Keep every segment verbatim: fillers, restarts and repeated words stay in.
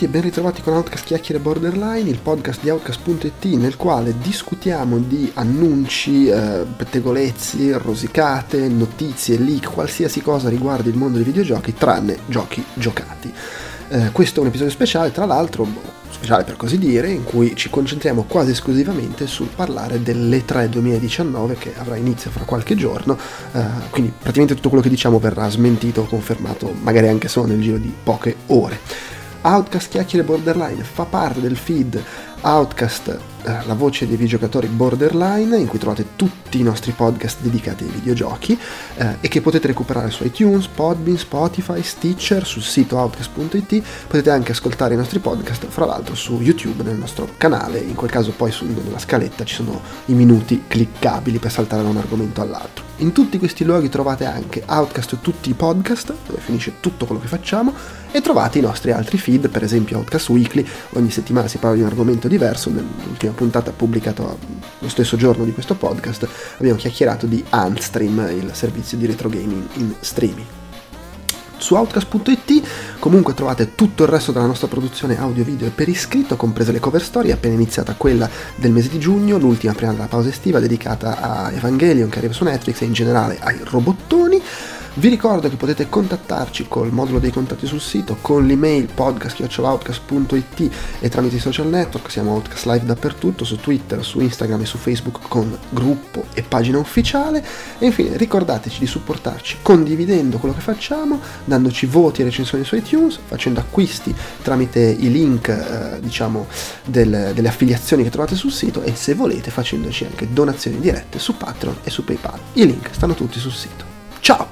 e ben ritrovati con Outcast Chiacchiere Borderline, il podcast di Outcast punto it nel quale discutiamo di annunci, eh, pettegolezzi, rosicate, notizie, leak, qualsiasi cosa riguardi il mondo dei videogiochi, tranne giochi giocati. Eh, questo è un episodio speciale, tra l'altro, speciale per così dire, in cui ci concentriamo quasi esclusivamente sul parlare dell'E tre duemiladiciannove che avrà inizio fra qualche giorno, eh, quindi praticamente tutto quello che diciamo verrà smentito o confermato magari anche solo nel giro di poche ore. Outcast Chiacchiere Borderline fa parte del feed Outcast, eh, la voce dei videogiocatori Borderline, in cui trovate tutti i nostri podcast dedicati ai videogiochi, eh, e che potete recuperare su iTunes, Podbean, Spotify, Stitcher, sul sito Outcast punto it. Potete anche ascoltare i nostri podcast, fra l'altro, su YouTube, nel nostro canale. In quel caso poi su, nella scaletta ci sono i minuti cliccabili per saltare da un argomento all'altro. In tutti questi luoghi trovate anche Outcast tutti i podcast, dove finisce tutto quello che facciamo, e trovate i nostri altri feed, per esempio Outcast Weekly. Ogni settimana si parla di un argomento diverso. Nell'ultima puntata pubblicata lo stesso giorno di questo podcast abbiamo chiacchierato di Antstream, il servizio di retro gaming in streaming. Su Outcast punto it comunque trovate tutto il resto della nostra produzione audio video e per iscritto, comprese le cover story. Appena iniziata quella del mese di giugno, l'ultima prima della pausa estiva, dedicata a Evangelion, che arriva su Netflix, e in generale ai robottoni. Vi ricordo che potete contattarci col modulo dei contatti sul sito, con l'email podcast chiocciola outcast punto it e tramite i social network. Siamo Outcast Live dappertutto, su Twitter, su Instagram e su Facebook, con gruppo e pagina ufficiale. E infine ricordateci di supportarci condividendo quello che facciamo, dandoci voti e recensioni su iTunes, facendo acquisti tramite i link eh, diciamo del, delle affiliazioni che trovate sul sito, e se volete facendoci anche donazioni dirette su Patreon e su PayPal. I link stanno tutti sul sito. Ciao!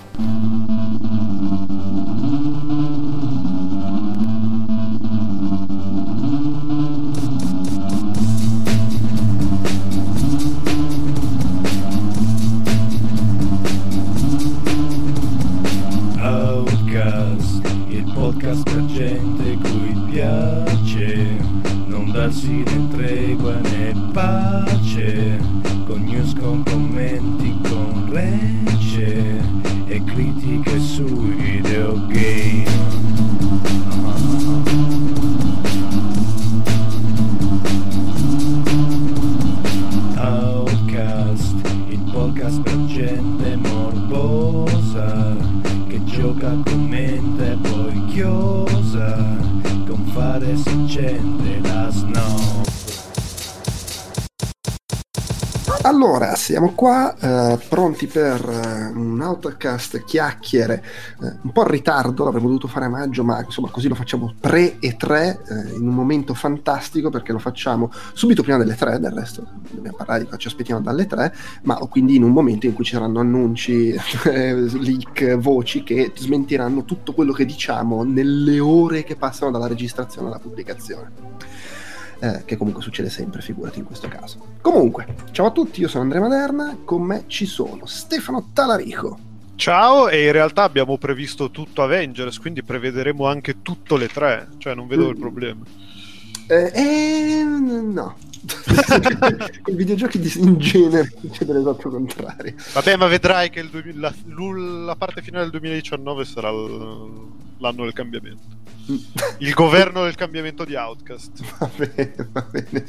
Outcast, il podcast per gente cui piace non darsi né tregua né pace, con news, con commenti, con rece e critiche sui videogame. Outcast, il podcast per gente morbosa che gioca, commenta e poi chiosa, con fare si accende la snob. Allora, siamo qua, eh, pronti per eh, un Outcast chiacchiere, eh, un po' in ritardo, l'avremmo dovuto fare a maggio, ma insomma così lo facciamo pre-E tre, eh, in un momento fantastico, perché lo facciamo subito prima delle tre, del resto dobbiamo parlare di cosa ci aspettiamo dalle tre, ma quindi in un momento in cui ci saranno annunci, eh, leak, voci che smentiranno tutto quello che diciamo nelle ore che passano dalla registrazione alla pubblicazione. Eh, che comunque succede sempre, figurati in questo caso. Comunque, ciao a tutti, io sono Andrea Maderna, con me ci sono Stefano Talarico. Ciao, e in realtà abbiamo previsto tutto Avengers, quindi prevederemo anche tutto le tre, cioè non vedo mm. il problema. Eh, eh no. Con i videogiochi in genere succede l'esatto contrario. Vabbè, ma vedrai che il duemila, la, la parte finale del duemiladiciannove sarà l'anno del cambiamento. Il governo del cambiamento di Outcast. Va bene, va bene.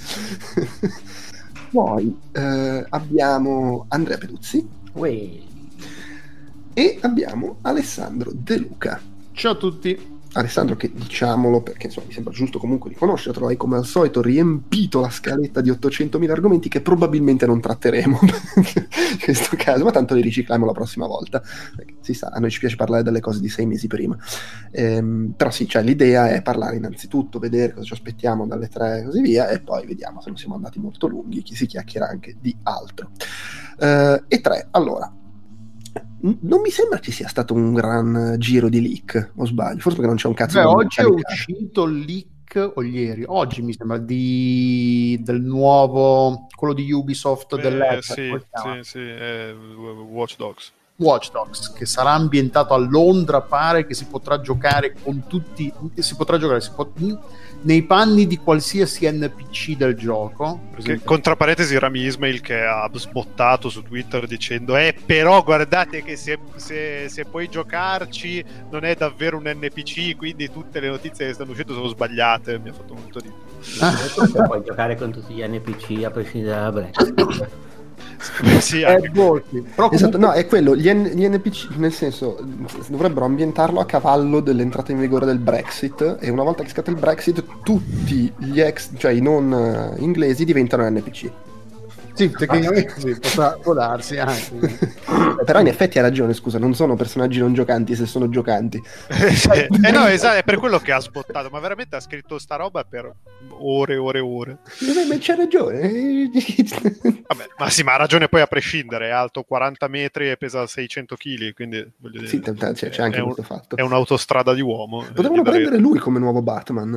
Poi eh, abbiamo Andrea Peduzzi. Uè. E abbiamo Alessandro De Luca. Ciao a tutti. Alessandro, che diciamolo perché insomma mi sembra giusto comunque riconoscerlo, hai come al solito riempito la scaletta di ottocentomila argomenti che probabilmente non tratteremo in questo caso, ma tanto li ricicliamo la prossima volta, perché si sa, a noi ci piace parlare delle cose di sei mesi prima. Ehm, però sì, cioè l'idea è parlare innanzitutto, vedere cosa ci aspettiamo dalle tre e così via, e poi vediamo se non siamo andati molto lunghi, chi si chiacchiera anche di altro. Ehm, e tre, allora, non mi sembra ci sia stato un gran giro di leak, o sbaglio? Forse perché non c'è un cazzo. Beh, oggi è uscito il leak, o ieri, oggi mi sembra, di, del nuovo, quello di Ubisoft, eh, dell'X. sì, sì, sì, eh, Watch Dogs. Watch Dogs, che sarà ambientato a Londra, pare che si potrà giocare con tutti, si potrà giocare si pot- nei panni di qualsiasi N P C del gioco. Che, contra parentesi, Rami Ismail che ha sbottato su Twitter dicendo eh però guardate che se, se, se puoi giocarci non è davvero un N P C, quindi tutte le notizie che stanno uscendo sono sbagliate. Mi ha fatto molto ridere. Ah. Puoi giocare con tutti gli N P C a prescindere dalla Brexit. Sì, è molti. Però esatto, comunque... no, è quello, gli, N- gli N P C, nel senso, dovrebbero ambientarlo a cavallo dell'entrata in vigore del Brexit, e una volta che scatta il Brexit tutti gli ex, cioè i non uh, inglesi diventano N P C. Sì, tecnicamente sì, potrà può darsi anche. Però in effetti ha ragione, scusa, non sono personaggi non giocanti se sono giocanti. Eh no, esatto, è per quello che ha sbottato, ma veramente ha scritto sta roba per ore e ore e ore. Ma c'ha ragione. Vabbè, ma sì, ma ha ragione poi a prescindere, è alto quaranta metri e pesa seicento chili, quindi voglio dire, sì, c'è, c'è anche è questo un, fatto. È un'autostrada di uomo. Potevano prendere lui come nuovo Batman.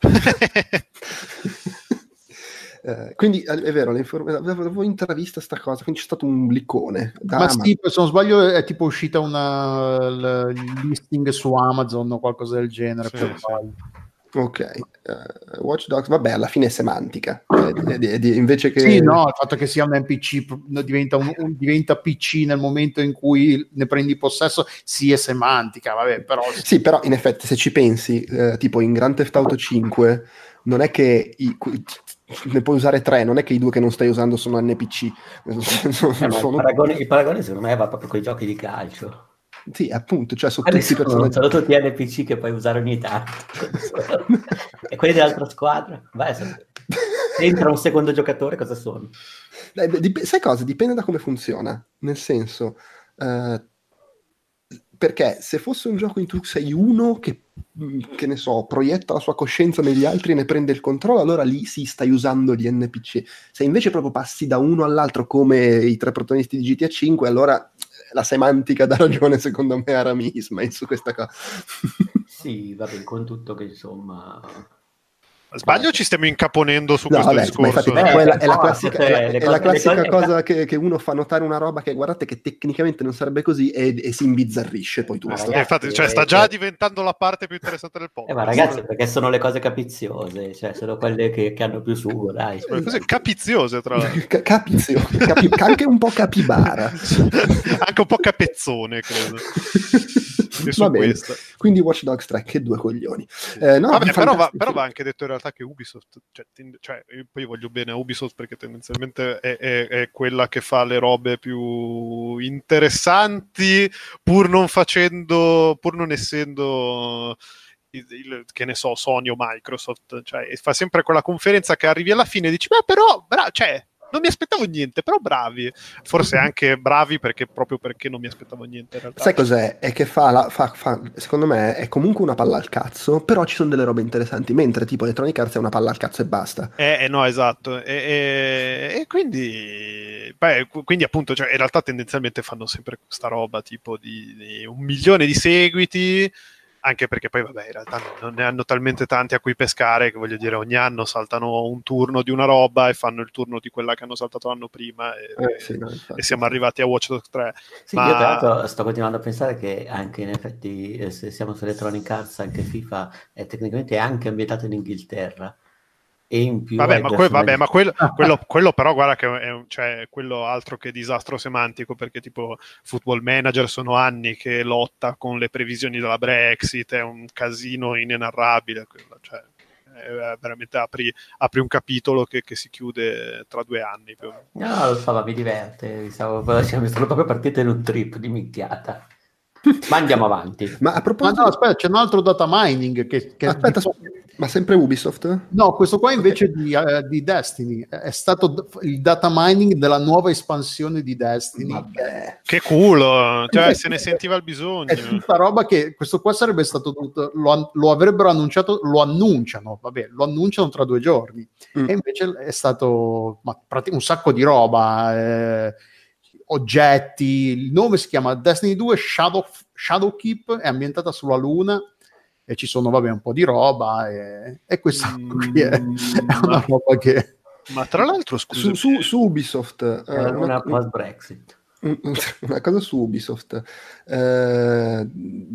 Uh, quindi è vero, avevo intravista sta cosa, quindi c'è stato un liccone da ma Amazon. sì, se non sbaglio è tipo uscita una l- listing su Amazon o qualcosa del genere. Sì, per sì. Ok, uh, Watch Dogs, vabbè, alla fine è semantica, eh, di, di, di, invece che... Sì, no, il fatto che sia un N P C diventa, un, un, diventa P C nel momento in cui ne prendi possesso, sì, è semantica, vabbè, però... Sì, però in effetti se ci pensi, eh, tipo in Grand Theft Auto cinque, non è che i, ne puoi usare tre, non è che i due che non stai usando sono N P C. Eh, sono... il, paragone, il paragone secondo me va proprio con i giochi di calcio. Sì, appunto, cioè sono tutti tutti personaggi. Sono tutti N P C che puoi usare ogni tanto. E quelli dell'altra squadra? Vai, se entra un secondo giocatore, cosa sono? Dai, dip- sai cosa? Dipende da come funziona. Nel senso, uh, perché se fosse un gioco in cui tu sei uno che, che ne so, proietta la sua coscienza negli altri e ne prende il controllo, allora lì sì, stai usando gli N P C. Se invece proprio passi da uno all'altro come i tre protagonisti di G T A cinque, allora la semantica dà ragione secondo me a Rami Ismail su questa cosa. Sì, vabbè, con tutto che insomma... Sbaglio, ci stiamo incaponendo su no, questo vabbè, discorso. Ma infatti, eh, quella è la no, classica, cioè, è la, le è cose, la classica cose... cosa che, che uno fa notare una roba che guardate che tecnicamente non sarebbe così e, e si imbizzarrisce poi tutto. ragazzi, eh, infatti, cioè, sta già diventando la parte più interessante del podcast. Eh, ma ragazzi, perché sono le cose capiziose, cioè sono quelle che, che hanno più sugo, dai. Sono le cose capiziose, tra l'altro. Capizio, capi, anche un po' capibara. Anche un po' capezzone, credo. Va bene. Quindi Watch Dogs tre, che due coglioni. Eh, no, Vabbè, però, va, però va anche detto in realtà che Ubisoft, cioè, tend- cioè poi io voglio bene a Ubisoft perché tendenzialmente è, è, è quella che fa le robe più interessanti, pur non facendo, pur non essendo... Il, il, che ne so, Sony o Microsoft, cioè fa sempre quella conferenza che arrivi alla fine e dici, beh però, bra- cioè non mi aspettavo niente, però bravi. Forse anche bravi perché proprio perché non mi aspettavo niente in realtà. Sai cos'è? È che fa, la, fa, fa secondo me è comunque una palla al cazzo, però ci sono delle robe interessanti, mentre tipo Electronic Arts è una palla al cazzo e basta. Eh, eh no, esatto. E, e, e quindi beh, quindi appunto, cioè, in realtà tendenzialmente fanno sempre questa roba tipo di, di un milione di seguiti, anche perché poi vabbè in realtà non ne hanno talmente tanti a cui pescare che voglio dire ogni anno saltano un turno di una roba e fanno il turno di quella che hanno saltato l'anno prima e, eh, sì, no, infatti, e siamo arrivati a Watch Dogs tre. Sì, ma... io tra l'altro sto continuando a pensare che anche in effetti eh, se siamo su Electronic Arts, anche FIFA è tecnicamente anche ambientato in Inghilterra. E in più vabbè, ma, que- vabbè, ma quello, ah, quello, quello però guarda che è un, cioè, quello altro che disastro semantico, perché tipo Football Manager sono anni che lotta con le previsioni della Brexit, è un casino inenarrabile, quello, cioè, è veramente apri, apri un capitolo che, che si chiude tra due anni più o meno. no, lo so, ma mi diverte, mi stavo, mi sono proprio partito in un trip di minchiata. Ma andiamo avanti. Ma a proposito, ma no, aspetta, c'è un altro data mining che, che aspetta, di... ma sempre Ubisoft? No, questo qua invece okay. di, uh, di Destiny è stato d- il data mining della nuova espansione di Destiny. Vabbè. Che culo, cioè se ne sentiva il bisogno. È tutta roba che questo qua sarebbe stato dovuto, lo, lo avrebbero annunciato, lo annunciano, vabbè, lo annunciano tra due giorni mm. e invece è stato ma, un sacco di roba. Eh, oggetti, il nome si chiama Destiny due Shadow, Shadowkeep, è ambientata sulla Luna e ci sono vabbè un po' di roba e, e questa mm, qui è, è una roba che ma tra l'altro scusa su, su, su Ubisoft è uh, una, una post Brexit una cosa su Ubisoft. Eh,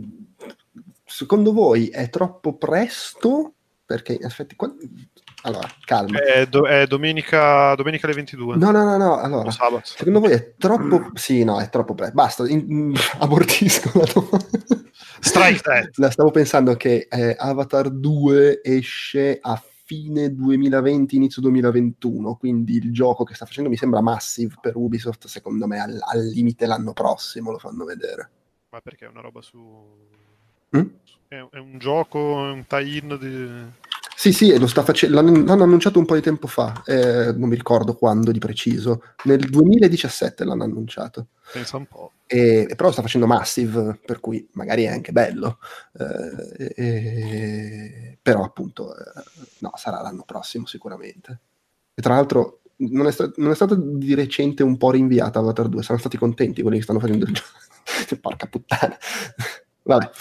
secondo voi è troppo presto? Perché in effetti... Allora, calma. È, do- è domenica, domenica alle ventidue. No, no, no, no. Allora, o sabato. Secondo voi è troppo... Sì, no, è troppo presto. Basta, in... in... abortisco la domanda. Strike that. La stavo pensando che eh, Avatar due esce a fine duemilaventi, inizio duemilaventuno, quindi il gioco che sta facendo mi sembra Massive per Ubisoft, secondo me al, al limite l'anno prossimo lo fanno vedere. Ma perché è una roba su... Mm? È, è un gioco, è un tie-in di... Sì, sì, lo sta facendo, l'hanno, l'hanno annunciato un po' di tempo fa, eh, non mi ricordo quando di preciso, nel duemiladiciassette l'hanno annunciato. Pensa un po'. E, e però sta facendo Massive, per cui magari è anche bello, eh, e, però appunto eh, no, sarà l'anno prossimo sicuramente. E tra l'altro non è, sta- non è stato di recente un po' rinviata Avatar due, saranno stati contenti quelli che stanno facendo il gioco. Porca puttana. Vabbè.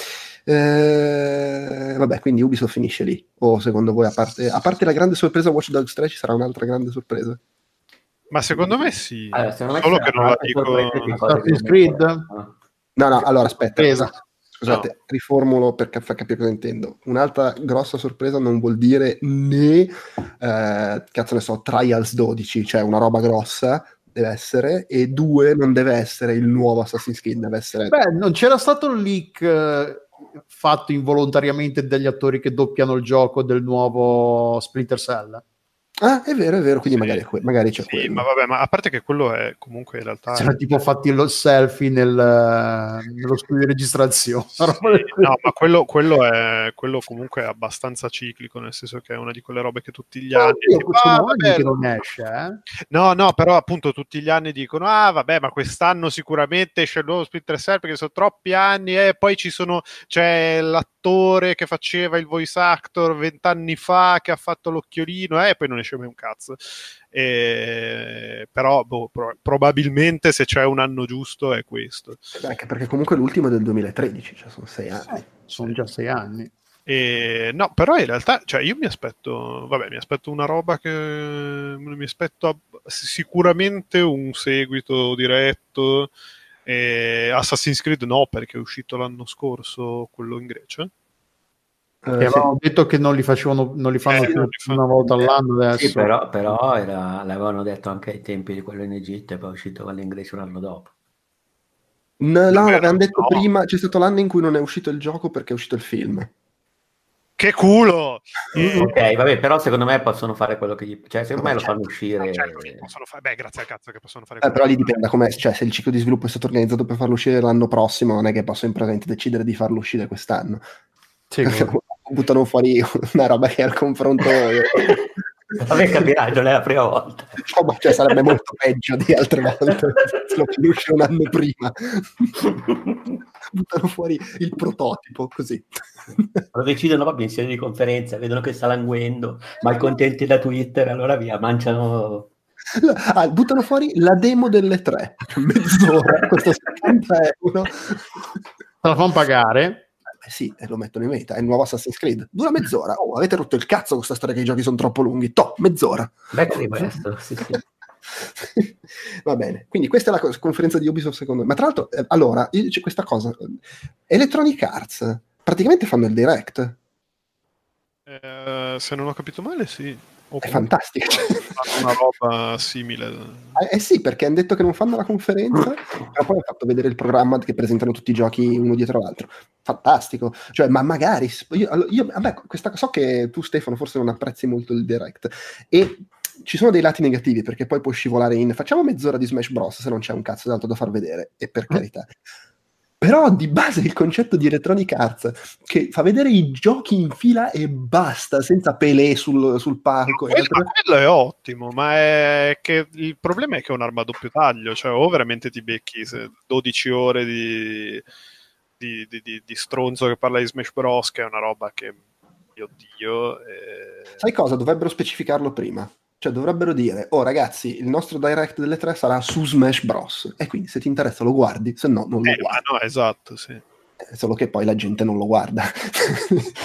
Eh, vabbè, quindi Ubisoft finisce lì, o secondo voi a parte, a parte la grande sorpresa Watch Dogs tre ci sarà un'altra grande sorpresa? Ma secondo me sì, allora, secondo me solo che non la dico... Assassin's Creed? No, no, allora aspetta, Sorpresa. scusate, No. riformulo per ca- far capire cosa intendo. Un'altra grossa sorpresa non vuol dire né, eh, cazzo ne so, Trials dodici, cioè una roba grossa deve essere, e due non deve essere il nuovo Assassin's Creed, deve essere... Beh, non c'era stato il leak eh, fatto involontariamente dagli attori che doppiano il gioco del nuovo Splinter Cell? Ah, è vero, è vero, quindi Sì, magari, è que- magari c'è sì, quello. ma vabbè, ma a parte che quello è comunque in realtà... C'era tipo fatti lo selfie nel, nello studio di registrazione. Sì, no, ma quello, quello è quello comunque è abbastanza ciclico, nel senso che è una di quelle robe che tutti gli anni Io tipo, sono ah, anni vabbè, che non esce, eh? no, no, però appunto tutti gli anni dicono ah vabbè, ma quest'anno sicuramente esce il nuovo Splinter Cell perché sono troppi anni e poi ci sono c'è l'attore che faceva il voice actor vent'anni fa che ha fatto l'occhiolino e eh, poi non esce mai un cazzo. E... però boh, pro- probabilmente se c'è un anno giusto è questo. Anche perché comunque l'ultimo è del duemilatredici, cioè sono sei anni. Eh, sono già sei anni. E, no, però in realtà, cioè io mi aspetto, vabbè, mi aspetto una roba che mi aspetto sicuramente un seguito diretto. E Assassin's Creed no, perché è uscito l'anno scorso quello in Grecia. Eh, Che sì. avevano detto che non li facevano, non li fanno Eh, più non li fanno. una volta all'anno adesso. Sì, però, però era, l'avevano detto anche ai tempi di quello in Egitto e poi è uscito quello in Grecia un anno dopo. No, no, Davvero? l'avevano detto No. prima, c'è stato l'anno in cui non è uscito il gioco perché è uscito il film. Che culo! E- Ok, vabbè, però secondo me possono fare quello che gli... Cioè, secondo me lo Certo. fanno uscire... Certo che possono fare, beh, grazie al cazzo che possono fare Eh, quello. però lì dipende da com'è, cioè se il ciclo di sviluppo è stato organizzato per farlo uscire l'anno prossimo, non è che posso in presente decidere di farlo uscire quest'anno. Sì, Buttano fuori una roba che al confronto... Vabbè, capirai, non è la prima volta. No, ma cioè, sarebbe molto peggio di altre volte se lo fanno uscire un anno prima. Buttano fuori il prototipo, così. Lo decidono proprio in sede di conferenza, vedono che sta languendo, malcontenti da Twitter, allora via, mangiano... Ah, buttano fuori la demo delle tre, mezz'ora, costa settanta euro. te la fanno pagare. Eh sì, e lo mettono in meta, è il nuovo Assassin's Creed. Dura mezz'ora. Oh, avete rotto il cazzo con questa storia che i giochi sono troppo lunghi. Toh, mezz'ora. Becco di questo, sì, sì. Va bene, quindi questa è la co- conferenza di Ubisoft secondo me. Ma tra l'altro, eh, allora, io- c'è questa cosa. Electronic Arts, praticamente fanno il direct. Eh, se non ho capito male, sì. O È comunque fantastico. fanno una roba simile. Eh, eh sì, perché hanno detto che non fanno la conferenza, però poi hanno fatto vedere il programma che presentano tutti i giochi uno dietro l'altro. Fantastico. Cioè, ma magari... Io, allora, io- vabbè, questa, so che tu, Stefano, forse non apprezzi molto il direct. E ci sono dei lati negativi, perché poi puoi scivolare in... Facciamo mezz'ora di Smash Bros. Se non c'è un cazzo d'altro da far vedere. E per carità. Però di base il concetto di Electronic Arts che fa vedere i giochi in fila e basta, senza pelé sul, sul palco. e Quello, altre- quello è ottimo, ma è che il problema è che è un'arma a doppio taglio, cioè o veramente ti becchi se dodici ore di, di, di, di, di stronzo che parla di Smash Bros, che è una roba che, mio Dio... eh, Sai cosa? Dovrebbero specificarlo prima. Cioè dovrebbero dire, oh ragazzi, il nostro direct delle tre sarà su Smash Bros. E quindi se ti interessa lo guardi, se no non lo eh, ma guardi. no, esatto, sì. Eh, Solo che poi la gente non lo guarda.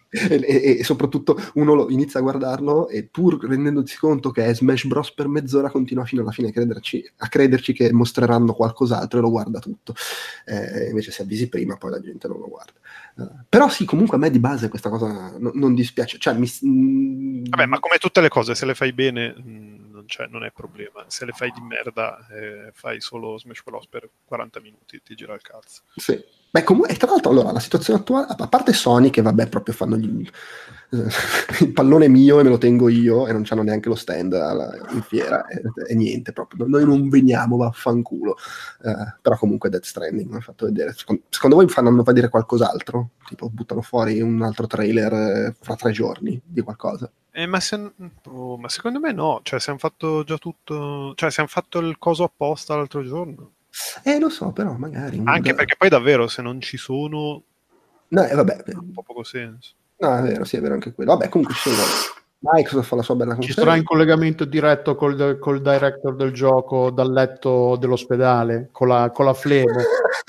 e, e, e soprattutto uno lo inizia a guardarlo e pur rendendosi conto che è Smash Bros per mezz'ora continua fino alla fine a crederci, a crederci che mostreranno qualcos'altro e lo guarda tutto. Eh, invece se avvisi prima poi la gente non lo guarda. Uh, però sì, comunque a me di base questa cosa no, non dispiace, cioè mi, mh... vabbè, ma come tutte le cose, se le fai bene mh, non, c'è, non è problema, se le fai di merda eh, fai solo Smash Bros per quaranta minuti, ti gira il cazzo. Sì. Beh, comunque, tra l'altro, allora, la situazione attuale, a parte Sony, che vabbè, proprio fanno gli, eh, il pallone è mio e me lo tengo io, e non c'hanno neanche lo stand alla, in fiera, e, e niente, proprio, noi non veniamo, vaffanculo. Eh, però comunque Death Stranding, mi ha fatto vedere. Secondo, secondo voi fanno vedere qualcos'altro? Tipo, buttano fuori un altro trailer eh, fra tre giorni di qualcosa? Eh, ma, se, oh, ma secondo me no, cioè se hanno fatto già tutto, cioè se hanno fatto il coso apposta l'altro giorno. Eh, lo so, però magari... Anche perché poi davvero, se non ci sono... No, eh, vabbè. Ha un po' poco senso. No, è vero, sì, è vero anche quello. Vabbè, comunque sì, Microsoft fa la sua bella Ci conferenza. sarà in collegamento diretto col, col director del gioco dal letto dell'ospedale, con la, con la flebo.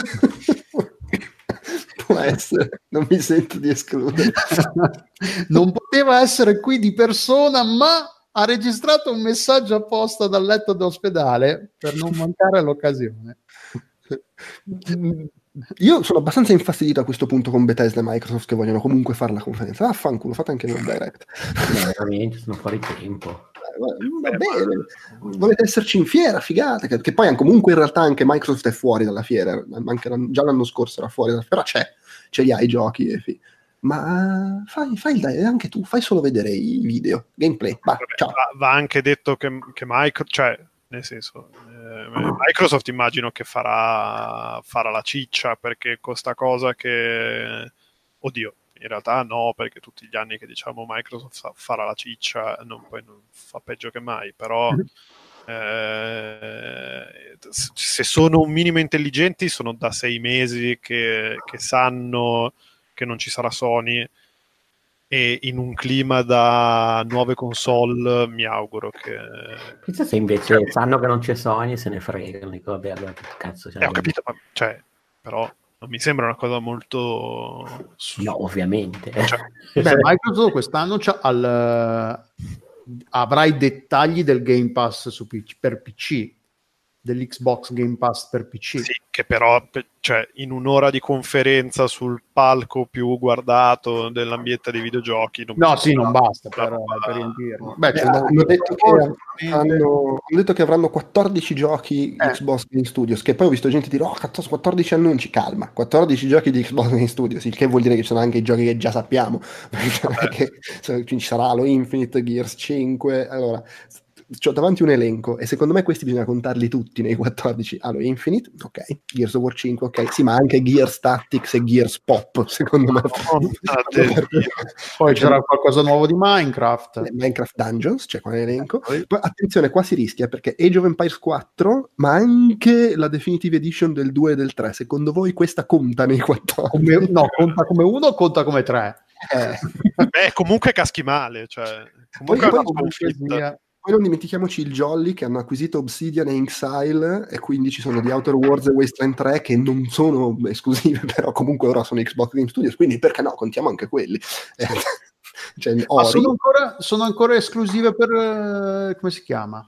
Può essere, non mi sento di escludere. Non poteva essere qui di persona, ma... ha registrato un messaggio apposta dal letto dell'ospedale per non mancare all'occasione. Io sono abbastanza infastidito a questo punto con Bethesda e Microsoft che vogliono comunque fare la conferenza. Vaffanculo, fate anche voi il direct. No, veramente, sono fuori tempo. Va bene, volete esserci in fiera, figate, che, che poi comunque in realtà anche Microsoft è fuori dalla fiera, anche già l'anno scorso era fuori dalla fiera, c'è, ce li hai i giochi e fi- ma fai, fai il, anche tu, fai solo vedere i video, gameplay, va, Vabbè, ciao. Va, va anche detto che, che Microsoft, cioè, nel senso, eh, Microsoft immagino che farà, farà la ciccia, perché con sta cosa che, oddio, in realtà no, perché tutti gli anni che diciamo Microsoft farà la ciccia, non, poi non fa peggio che mai, però... Eh, se sono un minimo intelligenti sono da sei mesi che, che sanno che non ci sarà Sony, e in un clima da nuove console mi auguro che... Chissà se invece cioè, sanno che non c'è Sony e se ne fregano, dico vabbè allora che cazzo c'è. Eh, ho capito, ma, cioè, però non mi sembra una cosa molto... No, ovviamente. Cioè, beh, Microsoft quest'anno c'ha al... avrà i dettagli del Game Pass su P C, per P C, dell'Xbox Game Pass per P C. Sì, che però cioè, in un'ora di conferenza sul palco più guardato dell'ambiente dei videogiochi non no sì non basta per, per riempirlo. Beh, Beh, hanno, detto che hanno, hanno detto che avranno quattordici giochi eh. Xbox Game Studios, che poi ho visto gente dire oh cazzo quattordici annunci, calma, quattordici giochi di Xbox Game Studios, il che vuol dire che ci sono anche i giochi che già sappiamo, perché ci sarà Halo Infinite, Gears cinque, allora c'ho davanti un elenco e secondo me questi bisogna contarli tutti nei quattordici. Halo Infinite, ok, Gears of War cinque, ok, sì, ma anche Gears Tactics e Gears Pop, secondo me. Oh, poi c'era qualcosa nuovo di Minecraft. Minecraft Dungeons, c'è qua nell'elenco. Poi attenzione, qua si rischia perché Age of Empires quattro, ma anche la Definitive Edition del due e del tre, secondo voi questa conta nei quattordici? Come, no, conta come uno o conta come tre? Eh. Beh, comunque caschi male, cioè, comunque poi, poi, poi non dimentichiamoci il Jolly che hanno acquisito Obsidian e Inxile e quindi ci sono di Outer Worlds e Wasteland tre che non sono esclusive, però comunque ora sono Xbox Game Studios, quindi perché no, contiamo anche quelli. Cioè, ma sono ancora, sono ancora esclusive per uh, come si chiama?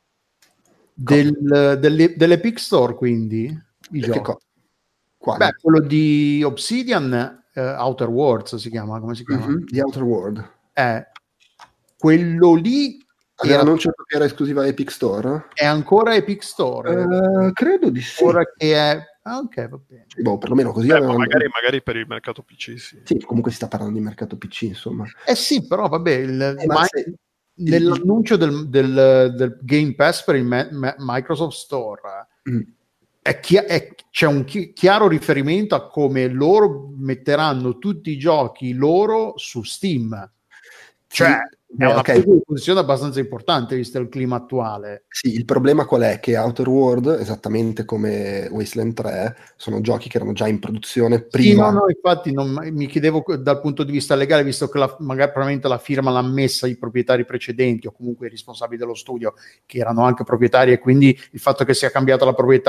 Del, delle, dell'Epic Store, quindi i giochi. Co- Beh, quello di Obsidian, uh, Outer Worlds si chiama, come si chiama? Mm-hmm, di Outer World. Eh, quello lì era annunciato che era esclusiva Epic Store? È ancora Epic Store? Uh, credo di sì. Ora che è... Ah, ok, va bene. Boh, perlomeno così. Beh, avevano... magari, magari per il mercato P C, sì. Sì, comunque si sta parlando di mercato P C, insomma. Eh sì, però vabbè, il, eh, ma se... nell'annuncio del, del, del Game Pass per il Ma- Ma- Microsoft Store mm. è chi- è, c'è un chi- chiaro riferimento a come loro metteranno tutti i giochi loro su Steam. Cioè... Sì. È una okay. posizione abbastanza importante visto il clima attuale. Sì, il problema qual è? Che Outer World, esattamente come Wasteland tre, sono giochi che erano già in produzione prima. Sì, no, no, infatti non, mi chiedevo dal punto di vista legale, visto che la, magari probabilmente la firma l'ha messa i proprietari precedenti o comunque i responsabili dello studio, che erano anche proprietari, e quindi il fatto che sia cambiata la proprietà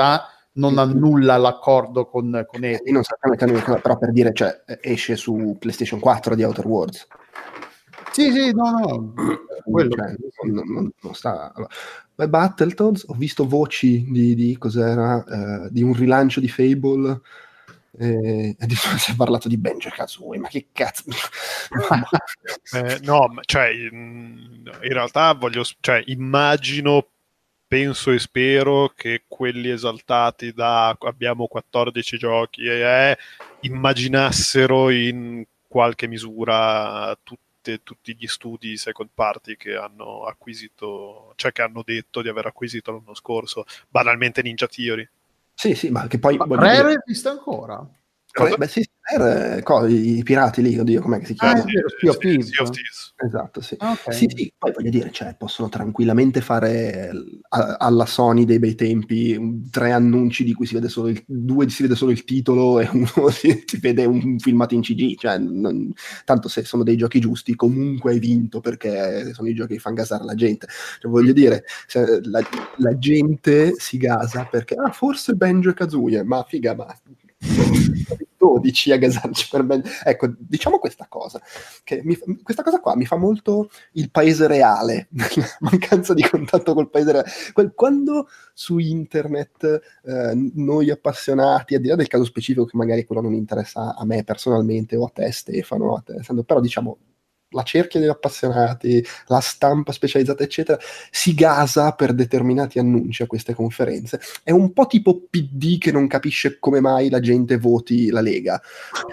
non annulla l'accordo con, con Epic. Io non sappiamo meccanica, però per dire, cioè, esce su PlayStation quattro di Outer Worlds. Sì, sì, no, no. Quello, cioè, sì. non, non, non sta... Allora, beh, Battletoads, ho visto voci di, di cos'era, eh, di un rilancio di Fable, e addirittura si è parlato di Banjo Kazooie, ma che cazzo... eh, no, ma- cioè, in, in realtà voglio, cioè, immagino, penso e spero che quelli esaltati da abbiamo quattordici giochi e eh, immaginassero in qualche misura tutte, tutti gli studi second party che hanno acquisito, cioè che hanno detto di aver acquisito l'anno scorso, banalmente Ninja Theory. Sì, sì, ma che poi... Ma voglio dire, Rare esiste ancora? Cosa? Beh, sì, sì, Rare, co- i pirati lì, oddio, com'è che si Ah, chiama? è vero, Sea of Sì, Thieves. Sea of Thieves. Esatto, sì. Ah, ok. Sì, sì, poi voglio dire, cioè, possono tranquillamente fare l- a- alla Sony dei bei tempi un- tre annunci di cui si vede solo il, due si vede solo il titolo e uno si, si vede un filmato in C G, cioè, non- tanto se sono dei giochi giusti comunque hai vinto perché sono i giochi che fanno gasare la gente. Cioè, voglio dire, se la, la gente si gasa perché, ah, forse Banjo e Kazooie, ma figa, ma... dodici a gasarci per ben... Ecco, diciamo questa cosa, che mi, questa cosa qua mi fa molto il paese reale, la mancanza di contatto col paese reale. Quel- Quando su internet eh, noi appassionati, al di là del caso specifico che magari quello non interessa a me personalmente o a te Stefano, a te, Sandro, però diciamo la cerchia degli appassionati, la stampa specializzata, eccetera, si gasa per determinati annunci a queste conferenze. È un po' tipo P D che non capisce come mai la gente voti la Lega.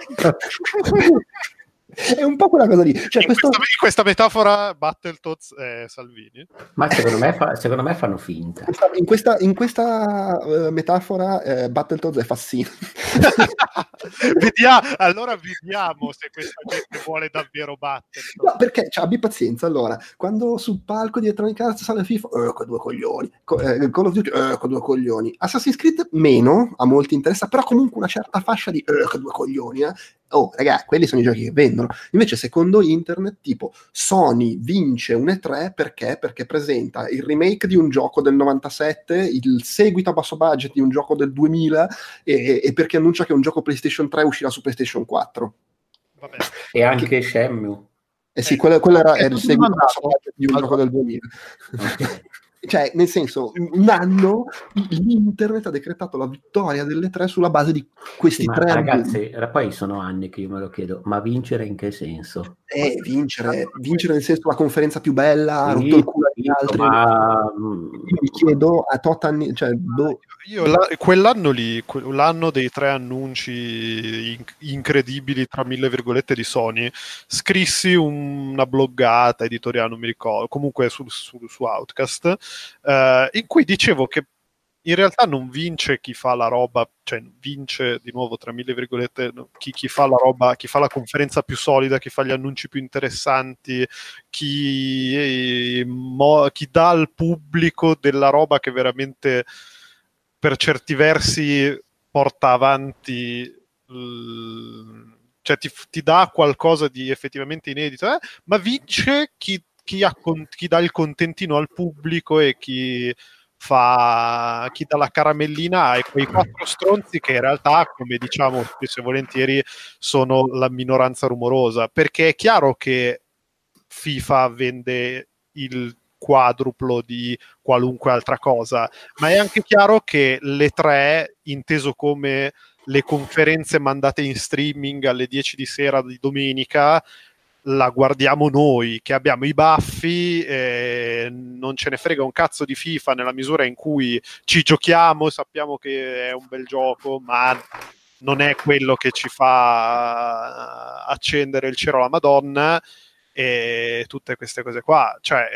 È un po' quella cosa lì. Cioè, in, questo... questa, in questa metafora Battletoads è Salvini. Ma secondo me, fa- secondo me fanno finta. In questa, in questa uh, metafora eh, Battletoads è Fassino. Vediamo, allora vediamo se questa gente vuole davvero Battletoads. No, perché cioè, abbi pazienza. Allora, quando sul palco di Electronic Arts sale FIFA, eh, con due coglioni. Co- eh, Call of Duty, eh, con due coglioni. Assassin's Creed meno, a molti interessa, però comunque una certa fascia di eh, con due coglioni. Eh. Oh, ragazzi, quelli sono i giochi che vendono. Invece, secondo internet, tipo Sony vince un E tre perché? Perché presenta il remake di un gioco del novantasette, il seguito a basso budget di un gioco del duemila e, e perché annuncia che un gioco PlayStation tre uscirà su PlayStation quattro. Vabbè. E anche Shenmue. Eh sì, quello, quello era, era il seguito mandato. a basso budget di un Allora. gioco del duemila. Ok. Cioè, nel senso, un anno l'internet ha decretato la vittoria delle tre sulla base di questi Sì, ma tre ragazzi, era- poi sono anni che io me lo chiedo, ma vincere in che senso? Eh, vincere, vincere nel senso la conferenza più bella, ha Sì, rotto il culo agli sì, altri. ma- Io mi chiedo a tot anni, cioè, boh, Io la- quell'anno lì, que- l'anno dei tre annunci in- incredibili tra mille virgolette di Sony, scrissi un- una bloggata editoriale, non mi ricordo, comunque su, su- su Outcast, eh, in cui dicevo che in realtà non vince chi fa la roba, cioè vince di nuovo tra mille virgolette no, chi, chi fa la roba, chi fa la conferenza più solida, chi fa gli annunci più interessanti, chi, eh, mo- chi dà al pubblico della roba che veramente per certi versi porta avanti, l- cioè ti, ti dà qualcosa di effettivamente inedito, eh? Ma vince chi, chi, ha con- chi dà il contentino al pubblico e chi fa chi dà la caramellina a quei quattro stronzi che in realtà, come diciamo spesso e volentieri, sono la minoranza rumorosa, perché è chiaro che FIFA vende il quadruplo di qualunque altra cosa, ma è anche chiaro che le tre, inteso come le conferenze mandate in streaming alle dieci di sera di domenica, la guardiamo noi che abbiamo i baffi, eh, non ce ne frega un cazzo di FIFA nella misura in cui ci giochiamo, sappiamo che è un bel gioco, ma non è quello che ci fa accendere il cielo alla Madonna e tutte queste cose qua. Cioè,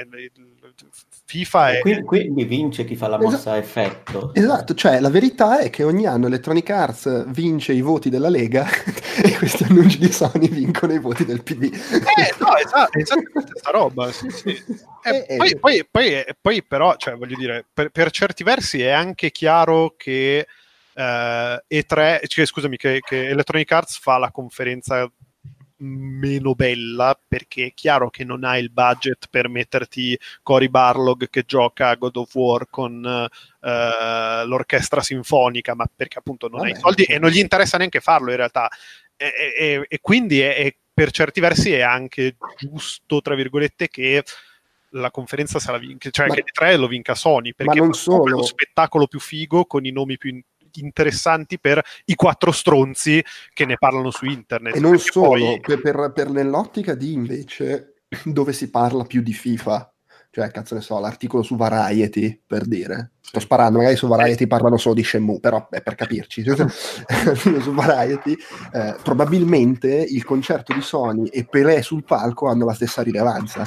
FIFA è... Quindi, quindi vince chi fa la mossa a effetto. esatto, cioè la verità è che ogni anno Electronic Arts vince i voti della Lega e questi annunci di Sony vincono i voti del P D. Eh, no, esatto, esattamente sta roba, sì, sì. Eh, Eh, poi, eh. poi, poi, poi però, cioè, voglio dire, per, per certi versi è anche chiaro che eh, E tre, cioè, scusami, che, che Electronic Arts fa la conferenza meno bella, perché è chiaro che non hai il budget per metterti Cory Barlog che gioca a God of War con uh, l'orchestra sinfonica, ma perché appunto non Vabbè, hai soldi sì. e non gli interessa neanche farlo in realtà, e, e, e quindi è, è, per certi versi è anche giusto, tra virgolette, che la conferenza se la vinca, cioè ma, che le tre lo vinca Sony, perché ma non è solo lo spettacolo più figo con i nomi più interessanti per i quattro stronzi che ne parlano su internet. E non solo, poi... per, per, per nell'ottica di invece dove si parla più di FIFA, cioè cazzo ne so, l'articolo su Variety, per dire, sto sì. sparando, magari su Variety sì. parlano solo di Shenmue, però è per capirci, su Variety eh, probabilmente il concerto di Sony e Pelé sul palco hanno la stessa rilevanza.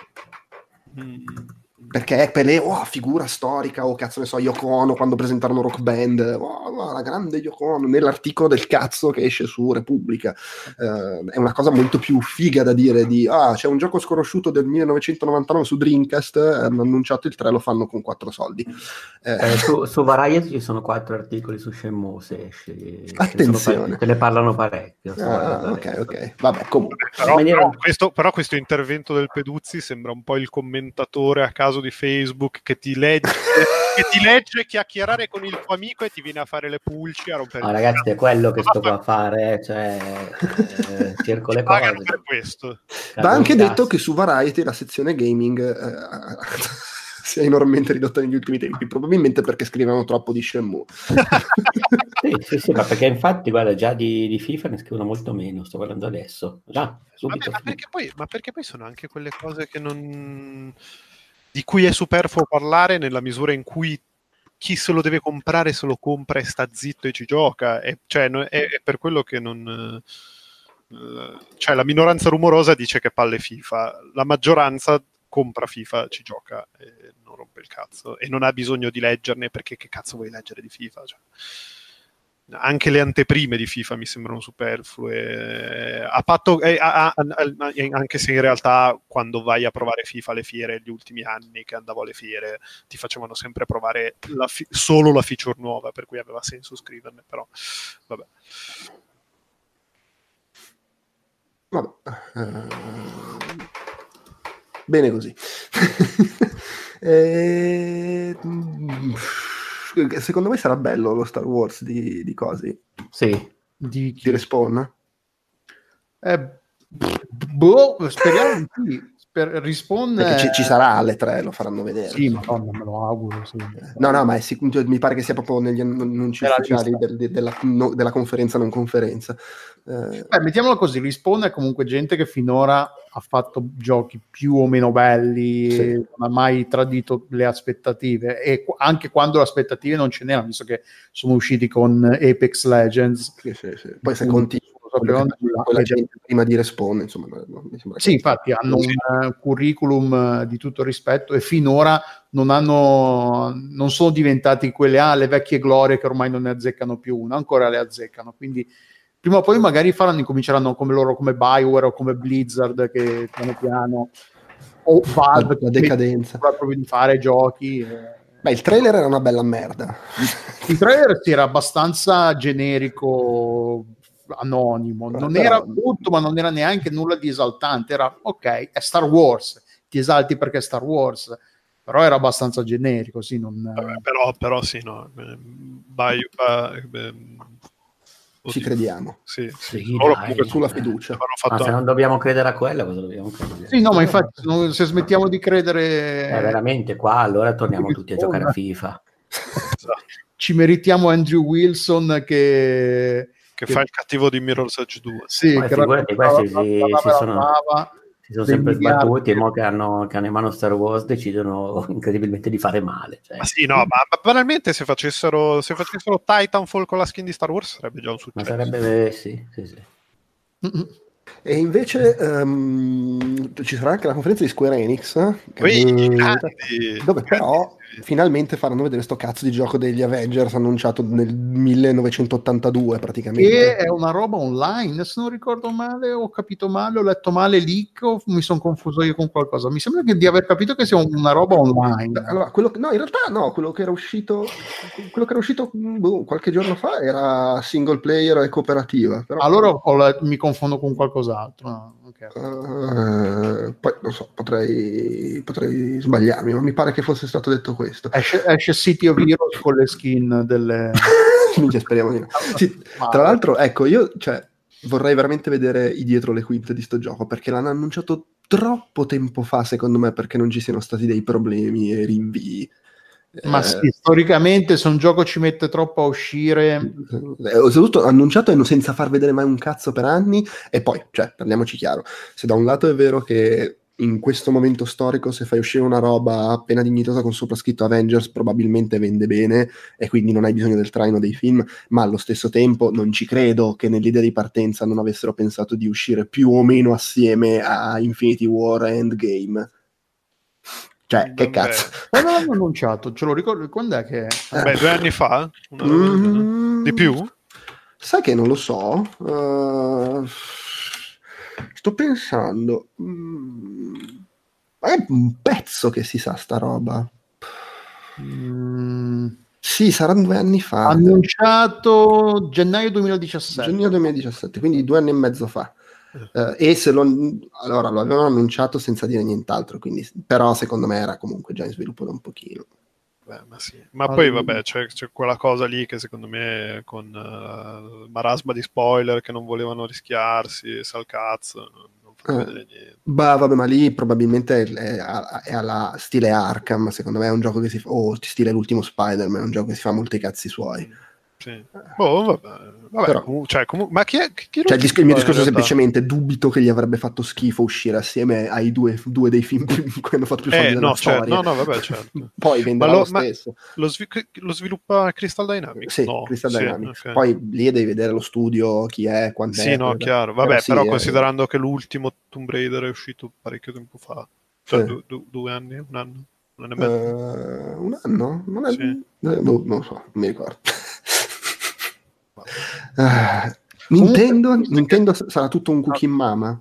Mm. Perché Pelé, oh, figura storica, o oh, cazzo ne so, Yoko Ono quando presentarono Rock Band, oh, oh, la grande Yoko Ono, nell'articolo del cazzo che esce su Repubblica. Uh, è una cosa molto più figa da dire di, ah, c'è un gioco sconosciuto del millenovecentonovantanove su Dreamcast, hanno annunciato il tre, lo fanno con quattro soldi. Eh, eh, su, su Variety ci sono quattro articoli su Shenmue, se esce. Attenzione. Te ne parlano parecchio. Ah, ok, ok. Vabbè, comunque. Però, però, questo, però questo intervento del Peduzzi sembra un po' il commentatore a caso di Facebook che ti legge che ti legge chiacchierare con il tuo amico e ti viene a fare le pulci a rompere. No, ragazzi, è quello che sto qua a fare, cioè eh, cerco le cose per questo. Va anche detto che su Variety la sezione gaming eh, si è enormemente ridotta negli ultimi tempi, probabilmente perché scrivono troppo di Shenmue. sì, sì, sì, ma perché infatti guarda, già di, di FIFA ne scrivono molto meno, sto guardando adesso. Già, subito. Vabbè, ma, perché poi, ma perché poi sono anche quelle cose che non... di cui è superfluo parlare, nella misura in cui chi se lo deve comprare se lo compra e sta zitto e ci gioca, e, cioè, è, è per quello che non... cioè la minoranza rumorosa dice che palle FIFA, la maggioranza compra FIFA, ci gioca e non rompe il cazzo e non ha bisogno di leggerne, perché che cazzo vuoi leggere di FIFA? Cioè, anche le anteprime di FIFA mi sembrano superflue, a patto, eh, a, a, a, anche se in realtà quando vai a provare FIFA alle fiere, gli ultimi anni che andavo alle fiere ti facevano sempre provare la fi- solo la feature nuova, per cui aveva senso scriverne, però vabbè. Vabbè. Uh... Bene così. e... Secondo me sarà bello lo Star Wars di, di cosi? Sì. Di, di Respawn? Eh, boh, speriamo di sì. Per Respawn perché ci, ci sarà alle tre, lo faranno vedere. Sì, madonna, me lo auguro. Sì. No, no, ma è sic- mi pare che sia proprio negli annunci ufficiali del, de, della, no, della conferenza non conferenza. Eh. Beh, mettiamola così, Respawn è comunque gente che finora ha fatto giochi più o meno belli, sì. Non ha mai tradito le aspettative, e anche quando le aspettative non ce n'erano, visto che sono usciti con Apex Legends. Sì, sì, sì. Poi se conti quella gente prima di Respawn, insomma, mi sembra sì, infatti hanno sì. un curriculum di tutto rispetto e finora non hanno non sono diventati quelle ah, le vecchie glorie che ormai non ne azzeccano più una, ancora le azzeccano, quindi prima o poi magari faranno, incominceranno come loro, come BioWare o come Blizzard, che piano piano, o Valve, la decadenza proprio di fare giochi. E... Beh, il trailer era una bella merda. Il trailer sì, era abbastanza generico, anonimo, non però... era tutto, ma non era neanche nulla di esaltante, era ok, è Star Wars, ti esalti perché è Star Wars, però era abbastanza generico, sì, non... Vabbè, però, però sì, no, Bio, ci crediamo, sì, sì, sì. Dai, sulla fiducia. Ma se non dobbiamo credere a quella, cosa dobbiamo credere? Sì, no, ma infatti se, se smettiamo di credere eh, veramente qua, allora torniamo tutti a giocare a FIFA. Ci meritiamo Andrew Wilson che che, che fa il cattivo di Mirror's Edge due. Sì, ma che figurati, questi si, si sono, si sono sempre sbattuti, e mo che hanno, che hanno in mano Star Wars decidono incredibilmente di fare male. Cioè. Ma sì, no, ma, ma banalmente se facessero, se facessero Titanfall con la skin di Star Wars sarebbe già un successo. Ma sarebbe, sì, sì, sì. Mm-hmm. E invece um, ci sarà anche la conferenza di Square Enix, Ui, che, dove però finalmente faranno vedere sto cazzo di gioco degli Avengers annunciato nel millenovecentottantadue praticamente. Che è una roba online, se non ricordo male, ho capito male, ho letto male leak o mi sono confuso io con qualcosa. Mi sembra che di aver capito che sia una roba online. Allora, quello che, no, in realtà no, quello che era uscito quello che era uscito boh, qualche giorno fa era single player e cooperativa. Però... Allora ho let- mi confondo con qualcos'altro. No, okay. uh, poi non so, potrei, potrei sbagliarmi, ma mi pare che fosse stato detto questo. Esce, esce City of Heroes con le skin delle... Minchia, speriamo di no. Sì, tra l'altro, ecco, io cioè, vorrei veramente vedere i dietro le quinte di sto gioco, perché l'hanno annunciato troppo tempo fa, secondo me, perché non ci siano stati dei problemi e rinvii. Ma eh, sì, storicamente se un gioco ci mette troppo a uscire... Soprattutto annunciato e senza far vedere mai un cazzo per anni, e poi, cioè, parliamoci chiaro, se da un lato è vero che in questo momento storico se fai uscire una roba appena dignitosa con sopra scritto Avengers probabilmente vende bene e quindi non hai bisogno del traino dei film, ma allo stesso tempo non ci credo che nell'idea di partenza non avessero pensato di uscire più o meno assieme a Infinity War e Endgame. Cioè, che cazzo. Quando l'hanno annunciato? Ce lo ricordo, quando è che... Beh, due anni fa? Una mm, di più? Sai che non lo so. Uh, sto pensando. Mm, è un pezzo che si sa sta roba. Mm. Sì, saranno due anni fa. Annunciato gennaio duemiladiciassette. Gennaio duemiladiciassette, quindi due anni e mezzo fa. Uh, e se lo, allora lo avevano annunciato senza dire nient'altro, quindi, però secondo me era comunque già in sviluppo da un pochino. Beh, ma sì. Ma allora, poi vabbè c'è, c'è quella cosa lì che secondo me con uh, il marasma di spoiler che non volevano rischiarsi, sa il cazzo, non fa uh, vedere niente. Bah, vabbè, ma lì probabilmente è, è, è alla stile Arkham, secondo me è un gioco che si fa, o stile l'ultimo Spider-Man, è un gioco che si fa molti cazzi suoi. Sì. Oh, vabbè, vabbè Però, comunque, cioè, comunque, ma chi è? Chi cioè, il mio discorso è semplicemente dubito che gli avrebbe fatto schifo uscire assieme ai due, due dei film più, che hanno fatto più soldi eh, della no, storia. Certo, no, no, vabbè, certo. Poi venderà lo, lo stesso. Lo, svil- lo sviluppa Crystal Dynamics? Sì, no, Crystal sì, Dynamics. Okay. Poi lì devi vedere lo studio, chi è, quant'è. Sì, no, chiaro. Vabbè, però, sì, però eh, considerando eh. che l'ultimo Tomb Raider è uscito parecchio tempo fa, cioè sì. du- du- due anni, un anno, un anno e mezzo. Uh, un anno? Non, è... Sì. eh, non, non lo so, non mi ricordo. Uh, Nintendo, Nintendo che... sarà tutto un cookie mama.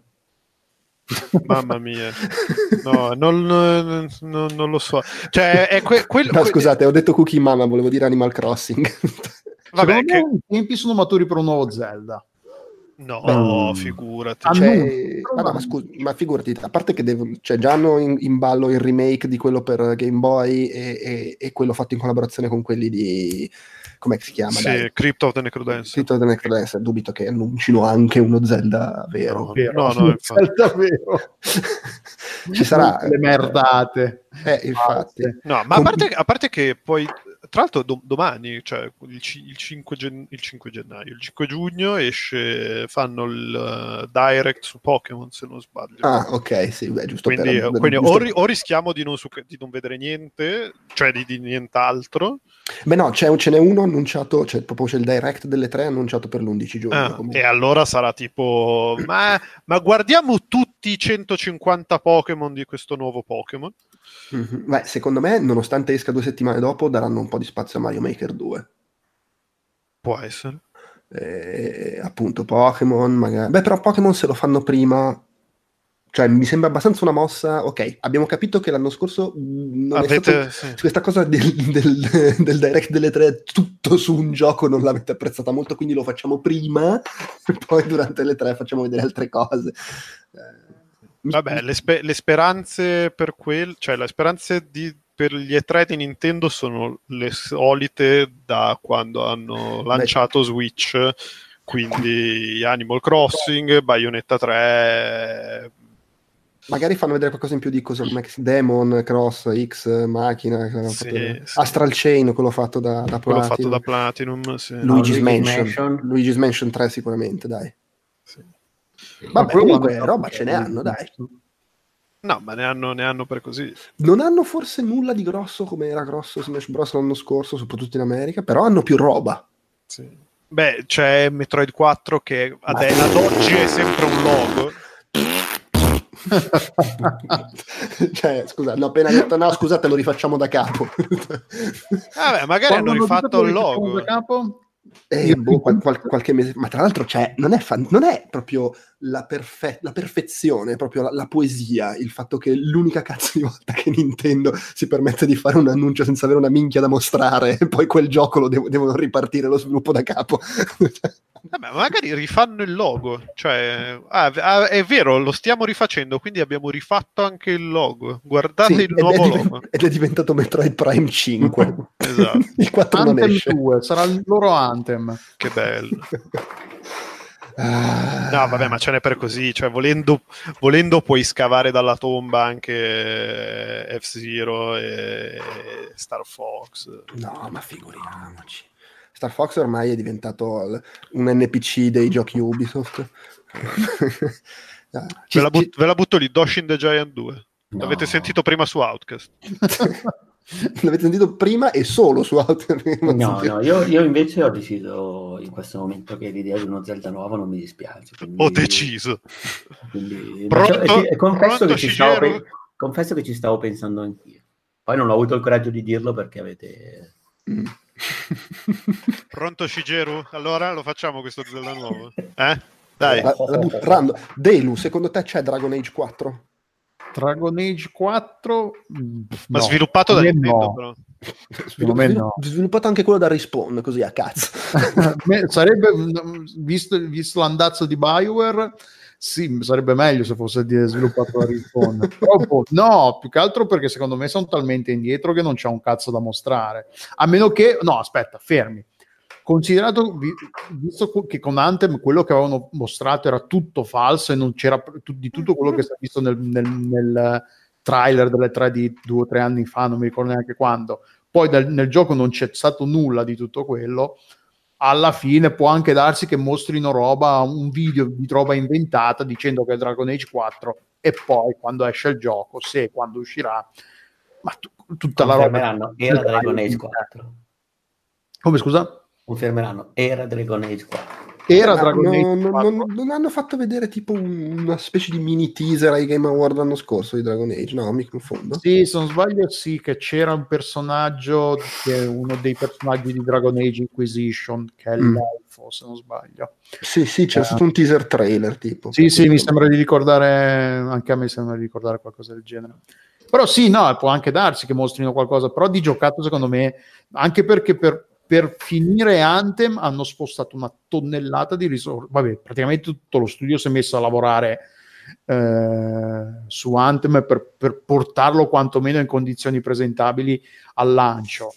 Mamma mia, no, non, non, non, non lo so. Cioè, è que- quello, no, que- scusate, ho detto cookie mama, volevo dire Animal Crossing. Vabbè, che... i tempi sono maturi per un nuovo Zelda. No, mm. figurati. Cioè, vabbè, ma, scusa, ma figurati, a parte che devo, cioè, già hanno in, in ballo il remake di quello per Game Boy e, e, e quello fatto in collaborazione con quelli di... com'è che si chiama? Sì, dai? Crypt of the Necrodancer. Crypt of the Necrodancer, dubito che annuncino anche uno Zelda vero. No, vero. no, no, Zelda vero. Ci sarà... Le merdate. Eh, infatti. No, ma a parte, a parte che poi... Tra l'altro do- domani, cioè il, c- il, cinque gen- il cinque gennaio, il cinque giugno esce, fanno il uh, direct su Pokémon, se non sbaglio. Ah, ok, sì, beh, giusto quindi, per... quindi giusto... O, ri- o rischiamo di non, su- di non vedere niente, cioè di, di nient'altro. Beh no, c'è, ce n'è uno annunciato, cioè proprio c'è il direct delle tre annunciato per l'undici giugno. Ah, e allora sarà tipo, ma, ma guardiamo tutti i centocinquanta Pokémon di questo nuovo Pokémon. Mm-hmm. Beh, secondo me, nonostante esca due settimane dopo, daranno un po' di spazio a Mario Maker due. Può essere. Eh, appunto, Pokémon, magari... Beh, però Pokémon se lo fanno prima... Cioè, mi sembra abbastanza una mossa... Ok, abbiamo capito che l'anno scorso non Avete, è stato... sì. Questa cosa del, del, del direct delle tre, tutto su un gioco, non l'avete apprezzata molto, quindi lo facciamo prima, e poi durante le tre facciamo vedere altre cose. Eh, Vabbè, le, spe- le speranze per quel... Cioè, le speranze di... per gli E tre di Nintendo sono le solite da quando hanno lanciato Beh. Switch, quindi Animal Crossing, Bayonetta tre... Magari fanno vedere qualcosa in più di cosa Max Demon, Cross, X, Macchina, sì, sì. Astral Chain, quello fatto da, da quello Platinum. fatto da Platinum, sì. Luigi's, no, Mansion. Mansion. Luigi's Mansion tre sicuramente, dai. Sì. Vabbè, comunque roba ce ne hanno, dai. No, ma ne hanno, ne hanno per così. Non hanno forse nulla di grosso come era grosso Smash Bros l'anno scorso, soprattutto in America, però hanno più roba. Sì. Beh, c'è Metroid quattro che ad, ad oggi è sempre un logo. Cioè, scusa, hanno appena detto no, scusate, lo rifacciamo da capo. Vabbè, magari Quando hanno rifatto il rifacciamo logo. da capo? Eh, boh, qual- qual- qualche mese, ma tra l'altro cioè, non, è fan- non è proprio la, perfe- la perfezione, è proprio la, la poesia, il fatto che l'unica cazzo di volta che Nintendo si permette di fare un annuncio senza avere una minchia da mostrare e poi quel gioco lo devo- devono ripartire lo sviluppo da capo. Vabbè, magari rifanno il logo, cioè ah, ah, è vero, lo stiamo rifacendo, quindi abbiamo rifatto anche il logo. Guardate Sì, il ed, è nuovo diven- logo. ed è diventato Metroid Prime cinque. Esatto. Il quattro non Anthem esce. due, sarà il loro Anthem. Che bello. Ah. No, vabbè, ma ce n'è per così, cioè volendo, volendo puoi scavare dalla tomba anche F-Zero e Star Fox. No, ma figuriamoci. Star Fox ormai è diventato l- un N P C dei giochi Ubisoft. Ah, ci- Ve la, but- ci- ve la butto lì, Doshin the Giant due. No. L'avete sentito prima su Outcast. L'avete sentito prima e solo su Outer. No, no, io, io invece ho deciso in questo momento che l'idea di uno Zelda nuovo non mi dispiace. Quindi, Ho deciso. Quindi, Pronto? ma cioè, e confesso, Pronto, che ci stavo, Shigeru? pe- confesso che ci stavo pensando anch'io. Poi non ho avuto il coraggio di dirlo perché avete... Mm. Pronto Shigeru? Allora lo facciamo questo Zelda nuovo? Eh? Dai. La, la butto random. Delu, secondo te c'è Dragon Age quattro? Dragon Age quattro? Ma No. sviluppato da Me Nintendo, no. però. Svilupp- me svilupp- no. Sviluppato anche quello da Respawn, così a cazzo. Me- sarebbe, visto, visto l'andazzo di BioWare, sì, sarebbe meglio se fosse di- sviluppato da Respawn. Troppo, no, più che altro perché secondo me sono talmente indietro che non c'è un cazzo da mostrare. A meno che, no, aspetta, fermi. Considerato, vi- visto co- che con Anthem quello che avevano mostrato era tutto falso e non c'era pr- tu- di tutto quello che si è visto nel, nel- nel trailer delle tre di due o tre anni fa, non mi ricordo neanche quando, poi dal- nel gioco non c'è stato nulla di tutto quello, alla fine può anche darsi che mostrino roba, un video di roba inventata dicendo che è Dragon Age quattro e poi quando esce il gioco, se quando uscirà, ma tu- tutta la roba... Confermeranno, era Dragon Age quattro. Come scusa? Confermeranno, era Dragon Age quattro. Era Ma Dragon non, Age non- quattro. non- non hanno fatto vedere tipo un- una specie di mini teaser ai Game Award l'anno scorso di Dragon Age? No, mi confondo. Sì, se non sbaglio, sì, che c'era un personaggio che è uno dei personaggi di Dragon Age Inquisition, che è Mm. l'elfo, se non sbaglio. Sì, sì, c'è Eh. stato un teaser trailer tipo. Sì, sì, mi sembra di ricordare, anche a me sembra di ricordare qualcosa del genere. Però sì, no, può anche darsi che mostrino qualcosa, però di giocato secondo me, anche perché per, per finire Anthem hanno spostato una tonnellata di risorse. Vabbè, praticamente tutto lo studio si è messo a lavorare eh, su Anthem per, per portarlo quantomeno in condizioni presentabili al lancio.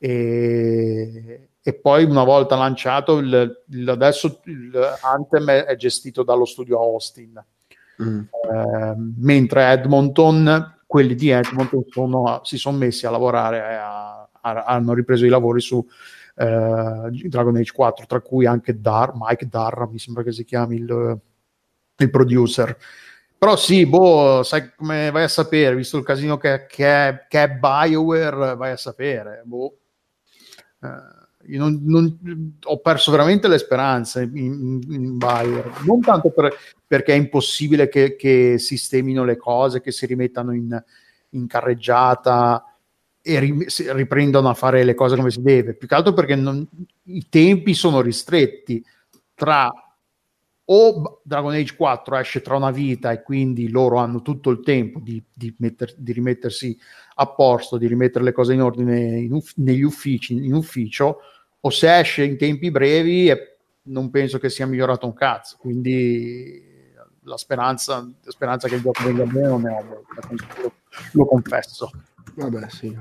E, e poi una volta lanciato, il, il, adesso il Anthem è, è gestito dallo studio Austin. Mm. Eh, mentre Edmonton, quelli di Edmonton sono, si sono messi a lavorare, a, a, hanno ripreso i lavori su eh, Dragon Age quattro, tra cui anche Dar, Mike Darra, mi sembra che si chiami il, il producer. Però sì, boh, sai come vai a sapere, visto il casino che, che, è, che è BioWare, vai a sapere, boh. Eh, io non, non, ho perso veramente le speranze in, in, in BioWare, non tanto per, perché è impossibile che, che sistemino le cose, che si rimettano in, in carreggiata e ri, riprendano a fare le cose come si deve, più che altro perché non, i tempi sono ristretti. Tra o Dragon Age quattro esce tra una vita e quindi loro hanno tutto il tempo di, di, metter, di rimettersi a posto, di rimettere le cose in ordine in uff, negli uffici, in ufficio, o se esce in tempi brevi e non penso che sia migliorato un cazzo, quindi la speranza, la speranza che il gioco venga bene non ne ho molta, lo, lo confesso. Vabbè, sì.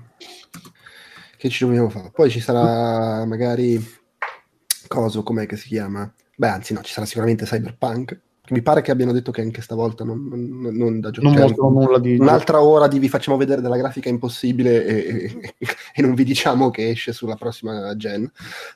Che ci dobbiamo fare? Poi ci sarà magari coso, com'è che si chiama? Beh, anzi no, ci sarà sicuramente Cyberpunk. Mi pare che abbiano detto che anche stavolta non, non, non da giocare. Non mostrano nulla di... Un'altra ora di vi facciamo vedere della grafica impossibile e, e, e non vi diciamo che esce sulla prossima gen.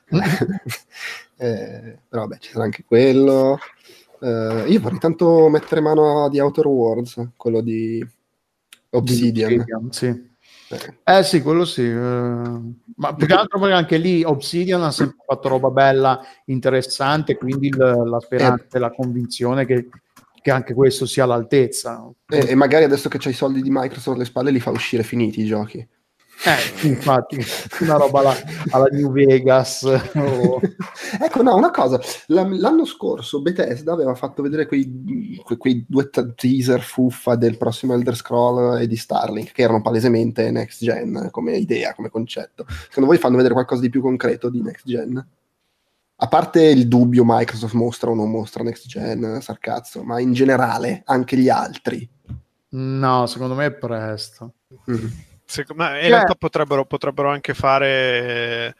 eh, però vabbè, ci sarà anche quello. Eh, io vorrei tanto mettere mano a The Outer Worlds, quello di Obsidian. Obsidian, sì. Eh. eh sì, quello sì. Eh, ma più che altro perché anche lì Obsidian ha sempre fatto roba bella, interessante, quindi il, la speranza e eh. la convinzione che, che anche questo sia all'altezza. E, e magari adesso che c'hai i soldi di Microsoft alle spalle li fa uscire finiti i giochi. Eh, infatti, una roba alla, alla New Vegas. Oh. Ecco, no, una cosa, l'anno scorso Bethesda aveva fatto vedere quei, quei, quei due t- teaser fuffa del prossimo Elder Scroll e di Starlink, che erano palesemente next gen come idea, come concetto. Secondo voi fanno vedere qualcosa di più concreto di next gen? A parte il dubbio Microsoft mostra o non mostra next gen, sarcazzo, ma in generale anche gli altri? No, secondo me è presto. Mm. Secondo me in cioè, realtà potrebbero, potrebbero anche fare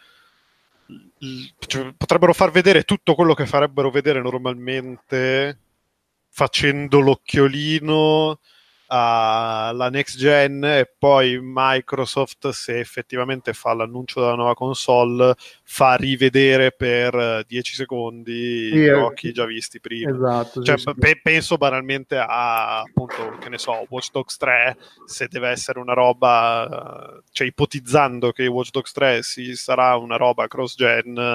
cioè, potrebbero far vedere tutto quello che farebbero vedere normalmente facendo l'occhiolino alla next gen, e poi Microsoft, se effettivamente fa l'annuncio della nuova console, fa rivedere per dieci secondi sì, i giochi eh, già visti prima. Esatto, cioè, sì, sì. Pe- penso banalmente a, appunto, che ne so, Watch Dogs tre, se deve essere una roba, cioè ipotizzando che Watch Dogs tre si sarà una roba cross gen,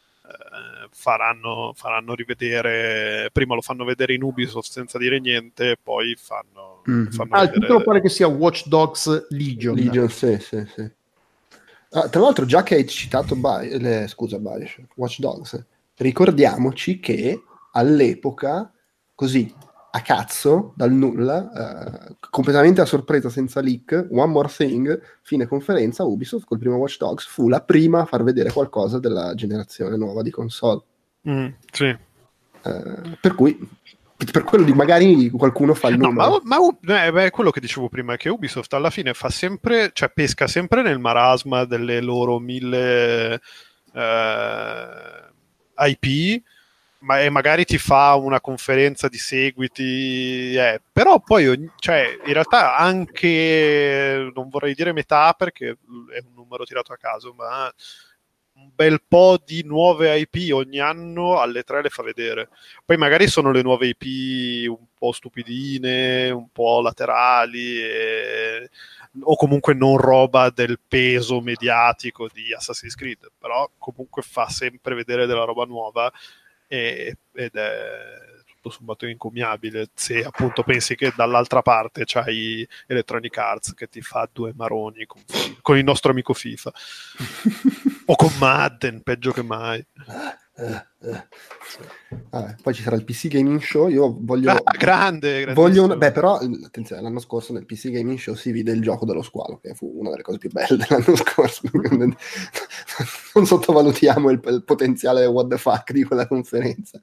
Faranno, faranno rivedere, prima lo fanno vedere in Ubisoft senza dire niente, poi fanno, mm-hmm. fanno ah, vedere... il titolo pare che sia Watch Dogs Legion. Legion, sì, sì, sì. Ah, tra l'altro, già che hai citato Bi- le, scusa, Bioshock, Watch Dogs, ricordiamoci che all'epoca, così a cazzo, dal nulla, eh, completamente a sorpresa, senza leak, One More Thing, fine conferenza, Ubisoft col primo Watch Dogs fu la prima a far vedere qualcosa della generazione nuova di console. Mm, sì. Eh, per cui, per quello di magari qualcuno fa il no, numero. ma, ma eh, beh, quello che dicevo prima è che Ubisoft alla fine fa sempre, cioè pesca sempre nel marasma delle loro mille eh, I P, ma e magari ti fa una conferenza di seguiti, eh. Però poi, cioè, in realtà anche, non vorrei dire metà perché è un numero tirato a caso, ma un bel po' di nuove I P ogni anno alle tre le fa vedere. Poi magari sono le nuove I P un po' stupidine, un po' laterali, e... o comunque non roba del peso mediatico di Assassin's Creed, però comunque fa sempre vedere della roba nuova, e, ed è tutto sommato incommiabile, se appunto pensi che dall'altra parte c'hai Electronic Arts che ti fa due maroni con, con il nostro amico FIFA o con Madden, peggio che mai. Vabbè, poi ci sarà il P C Gaming Show. Io voglio ah, grande, voglio una... beh, però attenzione, l'anno scorso nel P C Gaming Show si vide il gioco dello squalo, che fu una delle cose più belle dell'anno scorso. Non sottovalutiamo il, il potenziale what the fuck di quella conferenza.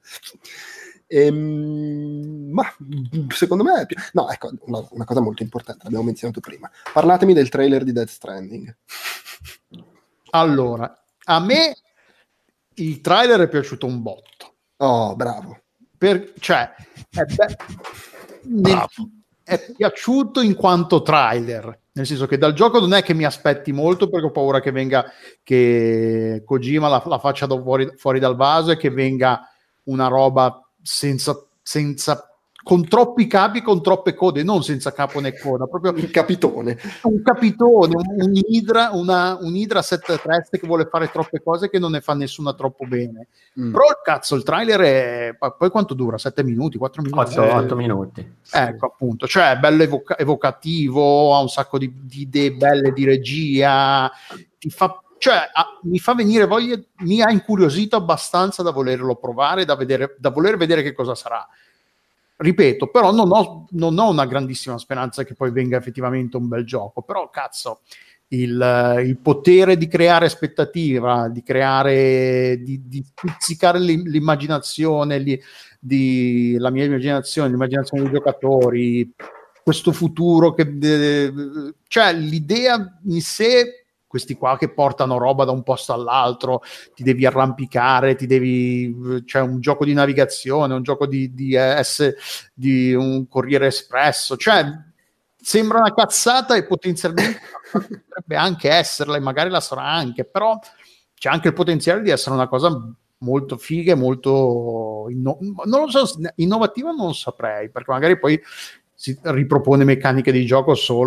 Ehm, ma secondo me è più... no, ecco, una, una cosa molto importante, l'abbiamo menzionato prima. Parlatemi del trailer di Death Stranding. Allora, a me il trailer è piaciuto un botto. Oh, bravo. Per, cioè, è, be- nel, è piaciuto in quanto trailer, nel senso che dal gioco non è che mi aspetti molto, perché ho paura che venga, che Kojima la, la faccia da fuori, fuori dal vaso e che venga una roba senza, senza con troppi capi, con troppe code, non senza capo né coda, proprio un capitone, un capitone, un'idra, una, un'idra sette teste che vuole fare troppe cose che non ne fa nessuna troppo bene. Mm. Però cazzo, il trailer è, poi quanto dura? sette minuti, quattro minuti? otto minuti. Ecco, appunto, cioè è bello evoca- evocativo, ha un sacco di, di idee belle di regia, ti fa, cioè a, mi fa venire voglia, mi ha incuriosito abbastanza da volerlo provare, da vedere, da voler vedere che cosa sarà. Ripeto, però non ho, non ho una grandissima speranza che poi venga effettivamente un bel gioco, però cazzo, il, il potere di creare aspettativa, di creare, di, di pizzicare l'immaginazione, li, di, la mia immaginazione, l'immaginazione dei giocatori, questo futuro che, eh, cioè l'idea in sé, questi qua che portano roba da un posto all'altro, ti devi arrampicare, ti devi, c'è un gioco di navigazione, un gioco di, di, S, di un corriere espresso, cioè sembra una cazzata e potenzialmente potrebbe anche esserla, e magari la sarà anche, però c'è anche il potenziale di essere una cosa molto figa e molto inno- non lo so, innovativa non saprei, perché magari poi si ripropone meccaniche di gioco solo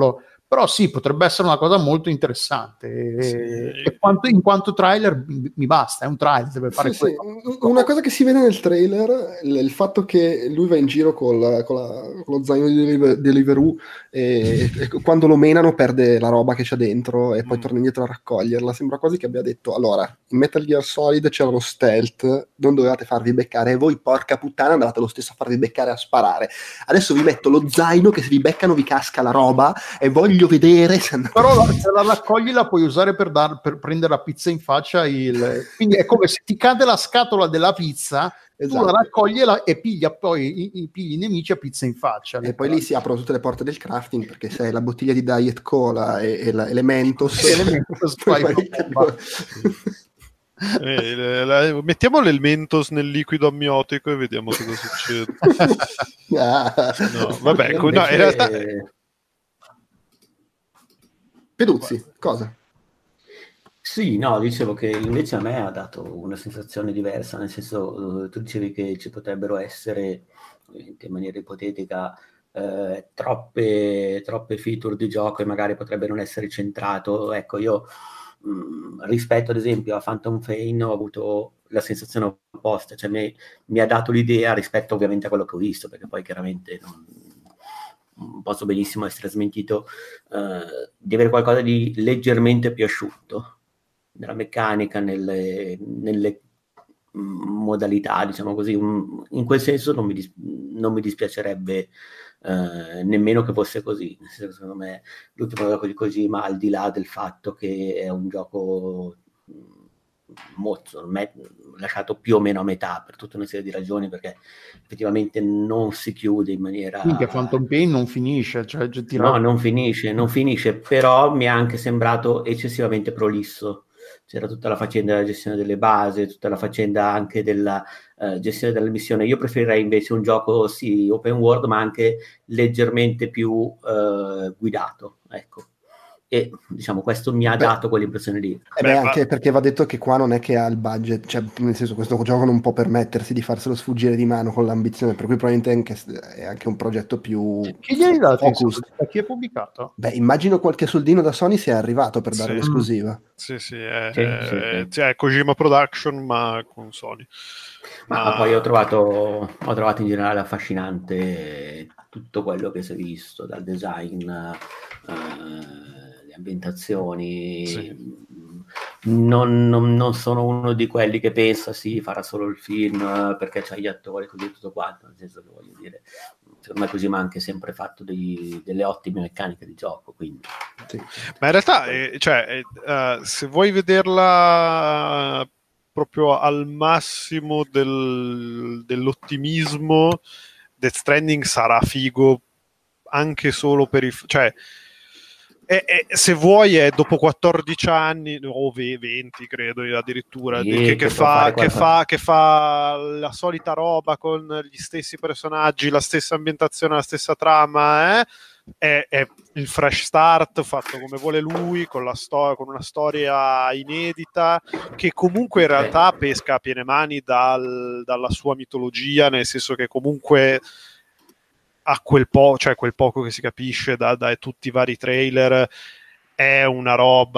Però sì, potrebbe essere una cosa molto interessante. E, Sì. e quanto, in quanto trailer mi, mi basta, è un trailer, deve fare Sì, sì. quello. Una cosa che si vede nel trailer, il, il fatto che lui va in giro col, con, la- con lo zaino di Deliver- Deliveroo e, e quando lo menano perde la roba che c'è dentro e poi Mm. torna indietro a raccoglierla. Sembra quasi che abbia detto: allora, in Metal Gear Solid c'era lo stealth, non dovevate farvi beccare, e voi porca puttana andavate lo stesso a farvi beccare a sparare. Adesso vi metto lo zaino che se vi beccano vi casca la roba e voglio vedere se andate. Però la, se la raccogli la puoi usare per, dar, per prendere la pizza in faccia, il, quindi è come se ti cade la scatola della pizza, Esatto. tu la raccogli e, la, e piglia poi i, i, pigli i nemici a pizza in faccia. E poi lì si aprono tutte le porte del crafting, perché se hai la bottiglia di Diet Cola e, e la, e le Mentos, E le Mentos puoi fai fare una il bomba. Eh, le- la- mettiamo le Mentos nel liquido amniotico e vediamo cosa succede. Ah. No, vabbè, Io co- no, in invece- realtà Peduzzi, cosa? Sì, no, dicevo che invece a me ha dato una sensazione diversa, nel senso, eh, tu dicevi che ci potrebbero essere, ovviamente in maniera ipotetica, eh, troppe, troppe feature di gioco e magari potrebbe non essere centrato. Ecco, io mh, rispetto ad esempio a Phantom Pain ho avuto la sensazione opposta, cioè mi, mi ha dato l'idea rispetto ovviamente a quello che ho visto, perché poi chiaramente non, non posso benissimo essere smentito, eh, di avere qualcosa di leggermente più asciutto nella meccanica, nelle, nelle mh, modalità, diciamo così. Un- in quel senso non mi, dis- non mi dispiacerebbe eh, nemmeno che fosse così. Nel senso, secondo me l'ultimo gioco di Kojima, al di là del fatto che è un gioco mh, mozzo, me- lasciato più o meno a metà per tutta una serie di ragioni, perché effettivamente non si chiude in maniera... Minchia, Phantom Pain non finisce, cioè già No, tirato- non finisce, non finisce, però mi è anche sembrato eccessivamente prolisso. C'era tutta la faccenda della gestione delle basi, tutta la faccenda anche della eh, gestione della missione. Io preferirei invece un gioco, sì, open world, ma anche leggermente più eh, guidato, ecco. E diciamo, questo mi ha Beh, dato quell'impressione lì. E Beh, beh, ma- anche perché va detto che qua non è che ha il budget, cioè nel senso questo gioco non può permettersi di farselo sfuggire di mano con l'ambizione, per cui probabilmente è anche, è anche un progetto più Chi gli hai dato in focused. soldi? Da chi è pubblicato? Beh, immagino qualche soldino da Sony sia arrivato per dare Sì. l'esclusiva. sì, sì, è, Sì, sì, è- sì. è Kojima Production, ma con Sony. Ma Ma- poi ho trovato, ho trovato in generale affascinante tutto quello che si è visto, dal design, eh, le ambientazioni. Sì. Non, non- non sono uno di quelli che pensa sì, farà solo il film eh, perché c'ha gli attori così e tutto quanto, nel senso che voglio dire, secondo me così ma ha anche sempre fatto dei- delle ottime meccaniche di gioco, quindi Sì. Ma in realtà, eh, cioè, eh, eh, se vuoi vederla proprio al massimo del- dell'ottimismo, Death Stranding sarà figo anche solo per i... Cioè, è- è- se vuoi è dopo quattordici anni o ve- venti credo addirittura Sì, che, che che può fa, fare che, qualcosa. fa, che fa la solita roba con gli stessi personaggi, la stessa ambientazione, la stessa trama, eh? È, è il fresh start fatto come vuole lui, con, la sto- con una storia inedita che comunque in realtà pesca a piene mani dal- dalla sua mitologia, nel senso che comunque a quel, po- cioè quel poco che si capisce da, da tutti i vari trailer è una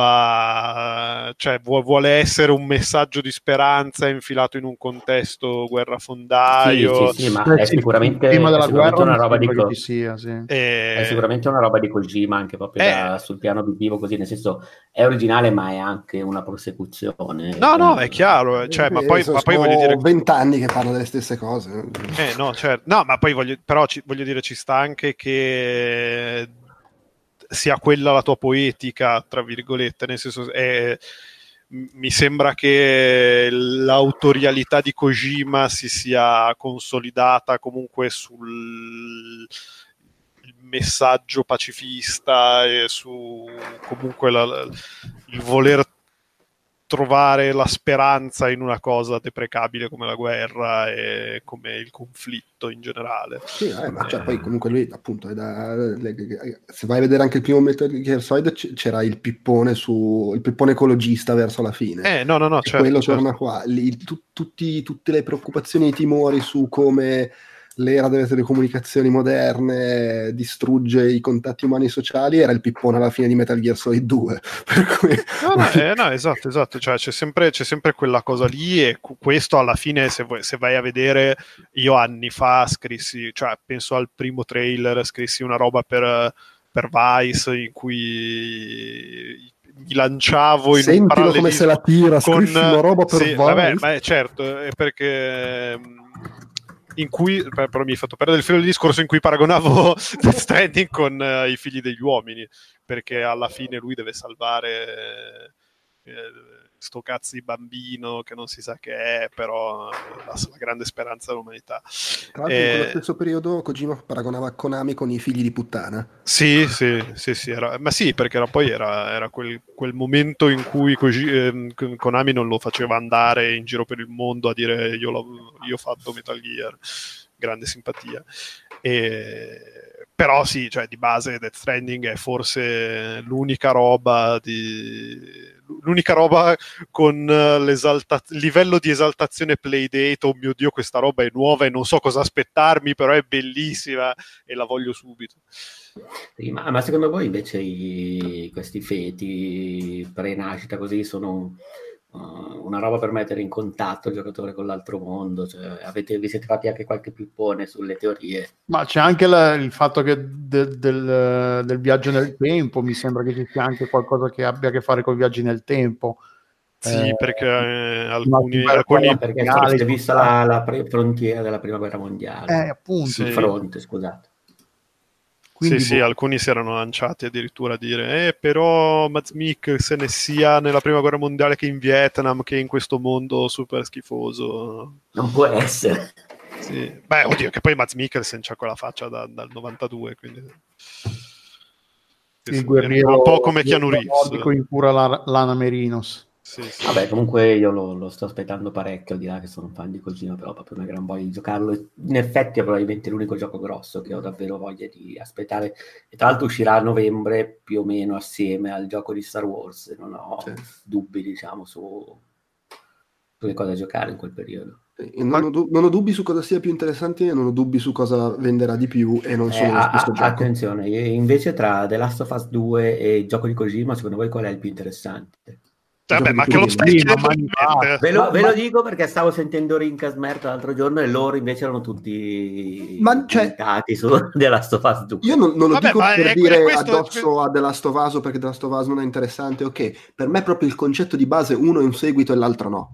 roba, cioè vu- vuole essere un messaggio di speranza infilato in un contesto guerrafondaio. sì, sì, sì, ma Eh è sì, sicuramente, il tema è della sicuramente guerra una mi roba di sembra che co- ci sia, sì. e- è sicuramente una roba di Kojima anche proprio Eh. da- sul piano visivo così, nel senso è originale ma è anche una prosecuzione. No, no, eh, è chiaro, cioè, ma Eh, poi, sono ma poi voglio dire... vent'anni che parla delle stesse cose. Eh, no, certo. No, ma poi voglio, però ci, voglio dire, ci sta anche che sia quella la tua poetica, tra virgolette, nel senso, è, mi sembra che l'autorialità di Kojima si sia consolidata comunque sul il messaggio pacifista e su comunque la, la, il voler trovare la speranza in una cosa deprecabile come la guerra e come il conflitto in generale. Sì, eh, ma cioè, Eh. poi comunque lui appunto è da, le- se vai a vedere anche il primo Metal Gear Solid c- c'era il pippone su il pippone ecologista verso la fine. Eh, no, no, no, e certo, quello certo. torna qua. Lì, tu- tutti, tutte le preoccupazioni e i timori su come l'era delle telecomunicazioni moderne distrugge i contatti umani sociali, era il pippone alla fine di Metal Gear Solid due. Per cui... no, no, eh, no, esatto, esatto, cioè c'è sempre, c'è sempre quella cosa lì, e questo alla fine, se, vuoi, se vai a vedere, io anni fa scrissi, cioè penso al primo trailer, scrissi una roba per, per Vice in cui mi lanciavo in Sentilo un parallelismo come se la tira, con una roba per sì, Vice. vabbè, ma è certo, è perché in cui però mi hai fatto perdere il filo del discorso, in cui paragonavo Death Stranding con uh, i figli degli uomini, perché alla fine lui deve salvare eh, sto cazzo di bambino che non si sa che è, però la, la grande speranza dell'umanità. Tra l'altro, eh, in quello stesso periodo Kojima paragonava Konami con i figli di puttana. Sì, sì, sì, sì era, ma sì, perché era, poi era, era quel, quel momento in cui Koji, eh, Konami non lo faceva andare in giro per il mondo a dire io, l'ho, io ho fatto Metal Gear, grande simpatia. E, però sì, cioè di base Death Stranding è forse l'unica roba di l'unica roba con il livello di esaltazione Playdate, oh mio Dio questa roba è nuova e non so cosa aspettarmi, però è bellissima e la voglio subito. Sì, ma, ma secondo voi invece i, questi feti pre-nascita così sono uh, una roba per mettere in contatto il giocatore con l'altro mondo? Cioè, avete, vi siete fatti anche qualche pippone sulle teorie? Ma c'è anche la, il fatto che de, del, del viaggio nel tempo, mi sembra che ci sia anche qualcosa che abbia a che fare con i viaggi nel tempo. Sì, eh, perché eh, alcuni, alcuni alcuni perché si è vista la, la pre- frontiera della prima guerra mondiale, eh, appunto, sì. il fronte, scusate. Quindi, sì, boh. sì, alcuni si erano lanciati addirittura a dire eh, però Mads Mikkelsen sia nella prima guerra mondiale che in Vietnam, che in questo mondo super schifoso. Non può essere. Sì. Beh, oddio, che poi Mads Mikkelsen c'ha quella faccia da, dal novantadue, quindi... Il guerriero un po' come Keanu Reeves. In cura la, Lana Merinos. Sì, sì. Vabbè, comunque io lo, lo sto aspettando parecchio, al di là che sono un fan di Kojima, però ho proprio una gran voglia di giocarlo. In effetti è probabilmente l'unico gioco grosso che ho davvero voglia di aspettare, e tra l'altro uscirà a novembre più o meno assieme al gioco di Star Wars, non ho sì. dubbi diciamo su sulle cose da giocare in quel periodo. E non, ho dub- non ho dubbi su cosa sia più interessante e non ho dubbi su cosa venderà di più, e non eh, sono lo stesso a- gioco. Attenzione, invece tra The Last of Us due e il gioco di Kojima, secondo voi qual è il più interessante? Vabbè, ma che lo stai chiedendo ve, lo, ve lo dico perché stavo sentendo Rincas Merta l'altro giorno e loro invece erano tutti ma cioè, su The Last of Us due. Io non, non lo Vabbè, dico per è, dire è questo... addosso a The Last of Us, perché The Last of Us non è interessante, ok, per me proprio il concetto di base uno è un seguito e l'altro no.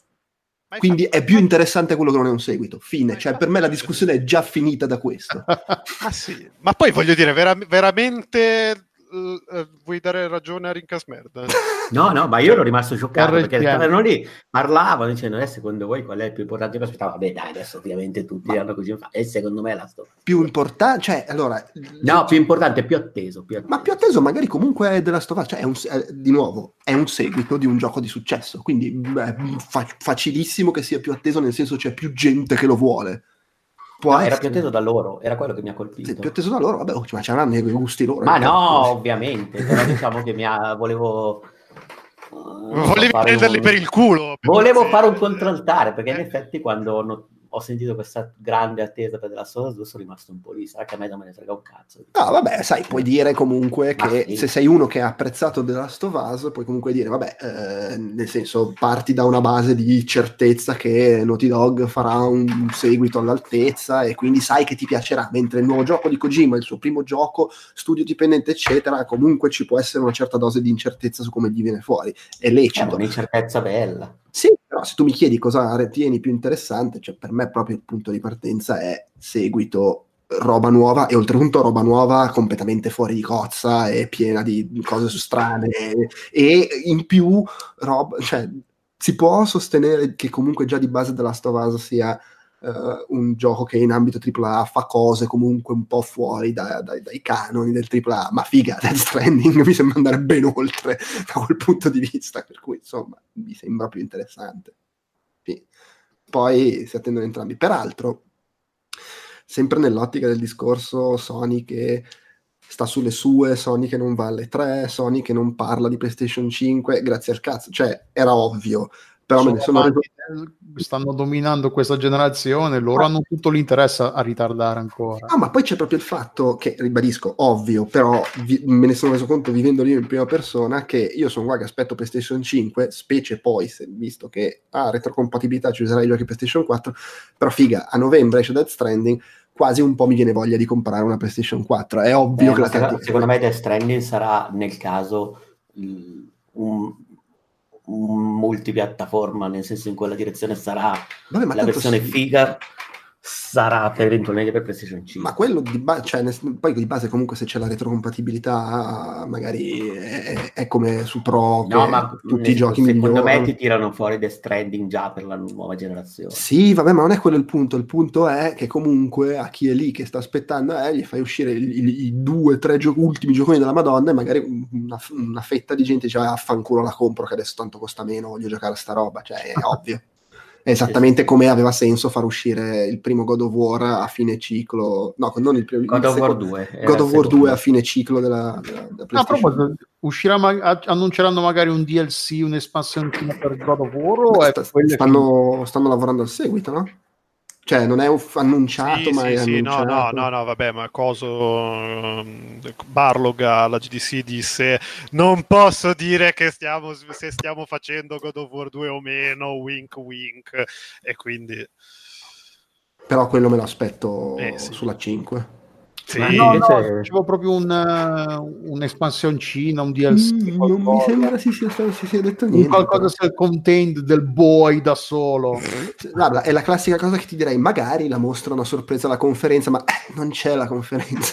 Ma quindi infatti, è più interessante quello che non è un seguito, fine, cioè per me la discussione è già finita da questo. Ah sì, ma poi voglio dire, vera- veramente uh, vuoi dare ragione a Rincas Merda? No, no, ma io ero rimasto scioccato perché erano lì, parlavano dicendo eh, secondo voi qual è il più importante? Io aspettavo, vabbè dai, adesso ovviamente tutti ma... hanno così, e secondo me la sto più importante, cioè allora no, più importante, più atteso, più atteso. Ma più atteso magari comunque è della Last of Us, cioè è un, è, di nuovo è un seguito di un gioco di successo, quindi beh, fa- facilissimo che sia più atteso, nel senso c'è più gente che lo vuole. Può no, essere... era più atteso da loro, era quello che mi ha colpito. Sì, più atteso da loro, vabbè, ma c'erano i gusti loro. Ma no, ovviamente, però diciamo che mi ha, volevo... Uh, Volevi so, prenderli un... per il culo. Volevo sì. fare un contraltare, perché in effetti quando ho, ho sentito questa grande attesa per The Last of Us sono rimasto un po' lì, sarà che a me non me ne frega un cazzo. No, vabbè, sai, puoi dire comunque che sì. se sei uno che ha apprezzato The Last of Us, puoi comunque dire, vabbè, eh, nel senso, parti da una base di certezza che Naughty Dog farà un seguito all'altezza e quindi sai che ti piacerà, mentre il nuovo gioco di Kojima, il suo primo gioco, studio dipendente, eccetera, comunque ci può essere una certa dose di incertezza su come gli viene fuori. È lecito. È un'incertezza bella. Sì, però se tu mi chiedi cosa ritieni più interessante, cioè per me proprio il punto di partenza è seguito, roba nuova, e oltretutto roba nuova completamente fuori di cozza e piena di cose strane, e in più roba, cioè si può sostenere che comunque già di base The Last of Us sia uh, un gioco che in ambito tripla A fa cose comunque un po' fuori da, da, dai canoni del tripla A, ma figa, Death Stranding mi sembra andare ben oltre da quel punto di vista, per cui insomma mi sembra più interessante. Sì. Poi si attendono entrambi. Peraltro, sempre nell'ottica del discorso Sony che sta sulle sue, Sony che non va alle tre, Sony che non parla di PlayStation cinque, grazie al cazzo, cioè era ovvio, Però sono me ne sono reso... avanti, stanno dominando questa generazione, loro hanno tutto l'interesse a ritardare ancora. Ah, ma poi c'è proprio il fatto che, ribadisco, ovvio, però vi, me ne sono reso conto vivendo lì in prima persona, che io sono qua che aspetto PlayStation cinque, specie poi, se, visto che ha ah, retrocompatibilità, ci userai i giochi PlayStation quattro, però figa, a novembre esce Death Stranding, quasi un po' mi viene voglia di comprare una PlayStation quattro. È ovvio eh, che la secondo, tattica... secondo me Death Stranding sarà, nel caso, un, un multipiattaforma, nel senso in quella direzione sarà Vabbè, ma la versione sì. figa, sarà per eventualmente per PlayStation cinque. Ma quello di base, cioè, poi di base comunque se c'è la retrocompatibilità magari è, è come su Pro, No, che ma tutti i giochi secondo migliorano. me ti tirano fuori Death Stranding già per la nuova generazione. Sì, vabbè, ma non è quello il punto. Il punto è che comunque a chi è lì che sta aspettando, eh, gli fai uscire i, i, i due, tre gio- ultimi gioconi della Madonna e magari una, una fetta di gente dice, ah, affanculo la compro che adesso tanto costa meno, voglio giocare a sta roba. Cioè, è ovvio. È esattamente come aveva senso far uscire il primo God of War a fine ciclo, no, non il primo, God il of War secondo, due, God of War due a fine ciclo della, della, della PlayStation. No, uscirà ma- annunceranno magari un D L C, un'espansione per God of War o Beh, è sta, stanno, stanno lavorando al seguito, no? Cioè non è uff- annunciato, sì, ma sì, è sì, annunciato. no, no, no, no, vabbè, ma coso um, Barlog alla G D C disse non posso dire che stiamo, se stiamo facendo God of War due o meno, wink wink, e quindi però quello me lo aspetto eh, sì. sulla cinque. Sì. Ma no, invece... no, dicevo proprio un, uh, un'espansioncina, un D L C, Mm, non mi sembra si sia, si sia detto niente. Un qualcosa self-contained del boy da solo. Guarda, è la classica cosa che ti direi, magari la mostrano a sorpresa alla conferenza, ma eh, non c'è la conferenza.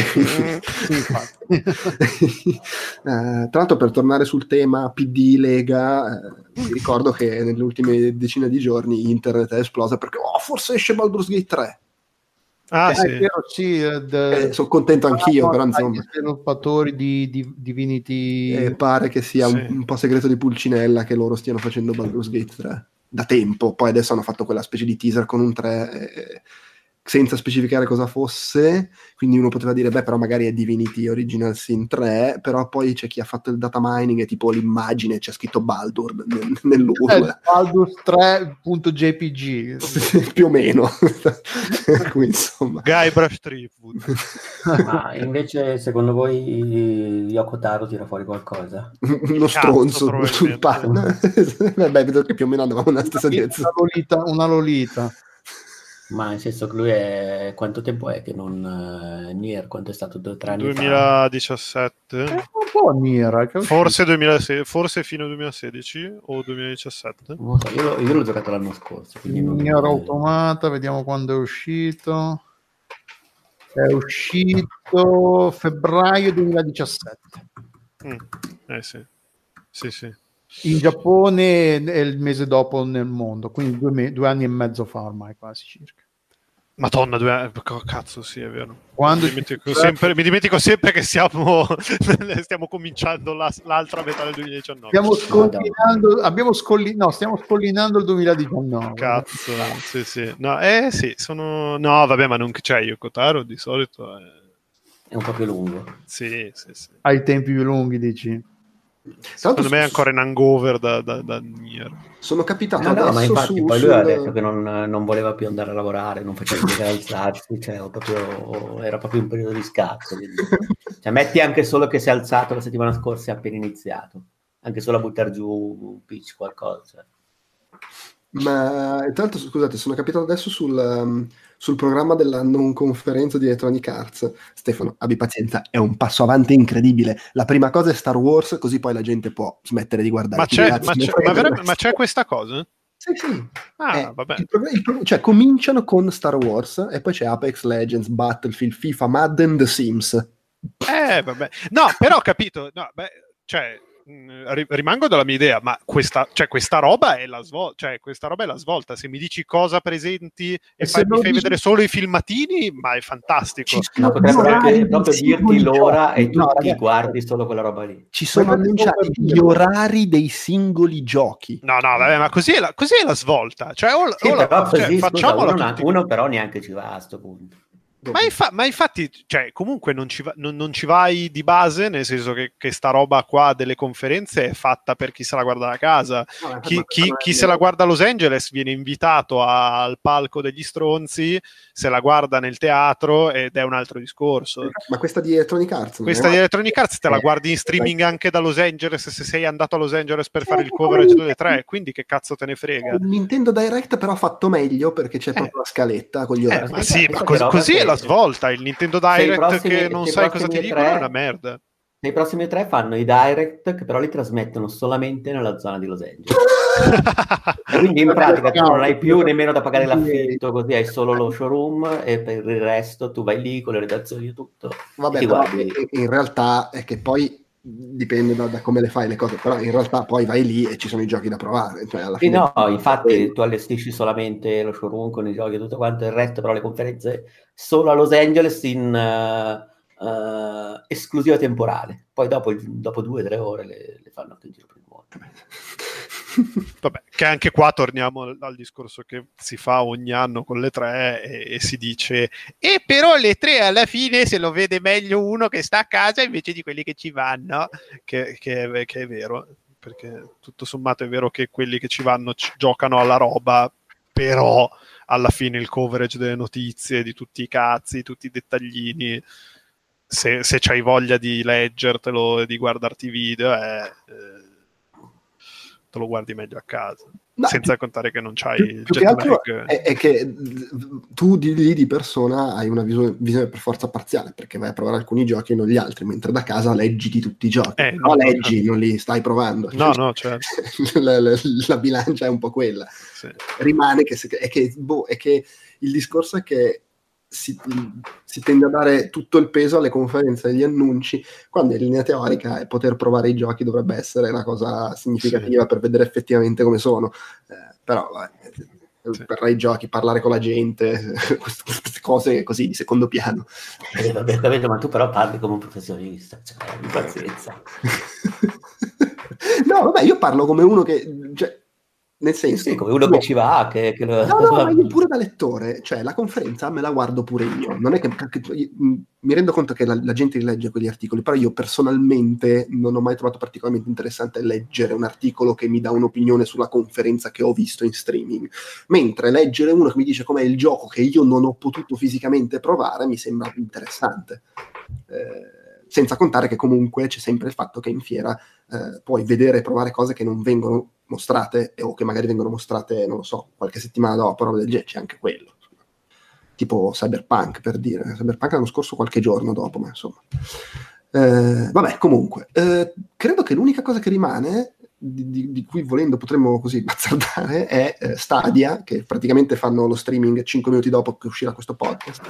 Sì, infatti. eh, tra l'altro, per tornare sul tema P D Lega, eh, vi ricordo che nelle ultime decine di giorni internet è esplosa perché oh, forse esce Baldur's Gate tre. Ah, eh, sì. È vero, sì, eh, sono contento anch'io, però insomma, gli sviluppatori di, di Divinity eh, pare che sia sì. un, un po' segreto di Pulcinella che loro stiano facendo Baldur's Gate tre da tempo. Poi adesso hanno fatto quella specie di teaser con un tre eh, senza specificare cosa fosse, quindi uno poteva dire beh, però magari è Divinity Original Sin tre, però poi c'è chi ha fatto il data mining e tipo l'immagine c'è scritto Baldur nel, nell'U R L. Baldur's tre punto J P G più o meno. Quindi, insomma, Guybrush Threepwood. Ma invece secondo voi Yoko Taro tira fuori qualcosa? Uno stronzo sul pa- Beh, vedo che più o meno andavamo nella stessa direzione. Una lolita, una lolita. Ma nel senso che lui è... Quanto tempo è che non... Uh, Nier, quanto è stato? Due o tre anni duemiladiciassette fa? È un po' Nier. Forse, duemilasedici, forse fine duemilasedici o duemiladiciassette? Non so, io, l'ho, io l'ho giocato l'anno scorso. Non... Nier Automata, vediamo quando è uscito. È uscito febbraio duemiladiciassette. Mm. Eh sì. Sì, sì. In Giappone è il mese dopo nel mondo, quindi due, me- due anni e mezzo fa ormai quasi circa. Madonna, due anni, cazzo, sì, è vero. Quando mi, dimentico sempre, mi dimentico sempre che stiamo, stiamo cominciando la, l'altra metà del duemiladiciannove. Stiamo scollinando, abbiamo scolli- no, stiamo scollinando il duemiladiciannove. Cazzo, sì, sì. No, eh sì, sono... No, vabbè, ma non c'è Yoko Taro di solito è... è un po' più lungo. Sì, sì, sì. Ai tempi più lunghi, dici? Secondo me è ancora in hangover da, da, da Nier. Sono capitato no, adesso no, ma infatti su, poi lui sul... ha detto che non, non voleva più andare a lavorare, non faceva più alzarsi, cioè, proprio, era proprio un periodo di scazzo. Cioè, metti anche solo che si è alzato la settimana scorsa e appena iniziato, anche solo a buttare giù un pitch qualcosa. Cioè. Ma tra l'altro, scusate, sono capitato adesso sul, um, sul programma della non conferenza di Electronic Arts. Stefano, abbi pazienza, è un passo avanti incredibile. La prima cosa è Star Wars, così poi la gente può smettere di guardare. Ma c'è, ma c'è, ma veramente, ma c'è questa cosa? Sì, sì. Ah, eh, vabbè. Il pro- il pro- cioè, cominciano con Star Wars e poi c'è Apex Legends, Battlefield, FIFA, Madden, The Sims. Eh, vabbè. No, però ho capito. No, beh, cioè... rimango dalla mia idea, ma questa, cioè, questa roba è la svolta, cioè questa roba è la svolta. Se mi dici cosa presenti e, e fai, mi fai dici... vedere solo i filmatini, ma è fantastico. No, potrebbero anche proprio dirti l'ora e tu no, ti guardi solo quella roba lì. Ci sono annunciati gli orari dei singoli giochi. No, no, vabbè, ma così è la, così è la svolta. Cioè, o, sì, o però la, così, cioè, scusa, facciamola uno, tutti. uno però neanche ci va a sto punto. Ma, infa- ma infatti, cioè, comunque non ci, va- non, non ci vai di base, nel senso che, che sta roba qua delle conferenze è fatta per chi se la guarda da casa. No, Chi, chi- chi se la guarda a Los Angeles viene invitato a- al palco degli stronzi, se la guarda nel teatro ed è un altro discorso. Ma questa di Electronic Arts non Questa è... di Electronic Arts te la Eh, guardi in streaming anche da Los Angeles se sei andato a Los Angeles per fare il coverage delle tre, quindi che cazzo te ne frega? Il Nintendo Direct però fatto meglio perché c'è Eh. proprio la scaletta con gli Eh, orari. ma sì, Questa ma che cos- roba così che- è la svolta. Il Nintendo Se i Direct prossimi- che non se i sai cosa ti prossimi dicono tre- è una merda. Nei prossimi tre fanno i direct, che però li trasmettono solamente nella zona di Los Angeles. E quindi in pratica tu non hai più nemmeno da pagare l'affitto, così hai solo lo showroom e per il resto tu vai lì con le redazioni e tutto. e Vabbè, ti però guardi. in- in realtà è che poi dipende da, da come le fai le cose, però in realtà poi vai lì e ci sono i giochi da provare. Cioè alla Sì, fine no, infatti quello. tu allestisci solamente lo showroom con i giochi e tutto quanto, il resto però le conferenze solo a Los Angeles in uh, uh, esclusiva temporale. Poi dopo, il- dopo due o tre ore le, le fanno anche in giro per il mondo. Vabbè, che anche qua torniamo al, al discorso che si fa ogni anno con le tre e, e si dice e però le tre alla fine se lo vede meglio uno che sta a casa invece di quelli che ci vanno, che, che è, che è vero, perché tutto sommato è vero che quelli che ci vanno ci giocano alla roba, però alla fine il coverage delle notizie, di tutti i cazzi, tutti i dettaglini, se, se c'hai voglia di leggertelo e di guardarti i video è... Eh, te lo guardi meglio a casa, No, senza più- contare che non c'hai più, il più che jet altro lag. è, è che mh, tu di lì di persona hai una visione, visione per forza parziale perché vai a provare alcuni giochi e non gli altri, mentre da casa leggi di tutti i giochi. Eh, no, no, no, leggi, certo. non li stai provando. No, no, certo. la, la- la bilancia è un po' quella. Sì. Rimane che, se- è che, boh, è che il discorso è che si, si tende a dare tutto il peso alle conferenze e agli annunci, quando in linea teorica e poter provare i giochi dovrebbe essere una cosa significativa Sì. per vedere effettivamente come sono. Eh, però vabbè, Sì. per i giochi, parlare con la gente, queste, queste cose così di secondo piano. Eh, vabbè, capito, ma tu però parli come un professionista, cioè, pazienza. No, vabbè, io parlo come uno che, cioè, nel senso, Sì, come uno boh. che ci va, che, che lo... No, no, ma io pure da lettore, cioè la conferenza me la guardo pure io, non è che, che- che- mi rendo conto che la, la gente legge quegli articoli, però io personalmente non ho mai trovato particolarmente interessante leggere un articolo che mi dà un'opinione sulla conferenza che ho visto in streaming, mentre leggere uno che mi dice com'è il gioco che io non ho potuto fisicamente provare mi sembra interessante. Eh, senza contare che comunque c'è sempre il fatto che in fiera eh, puoi vedere e provare cose che non vengono mostrate o che magari vengono mostrate, non lo so, qualche settimana dopo, roba del genere, c'è anche quello. Tipo Cyberpunk, per dire. Cyberpunk l'anno scorso qualche giorno dopo, ma insomma. Eh, vabbè, comunque, eh, credo che l'unica cosa che rimane, di, di, di cui volendo potremmo così bazzardare, è eh, Stadia, che praticamente fanno lo streaming cinque minuti dopo che uscirà questo podcast.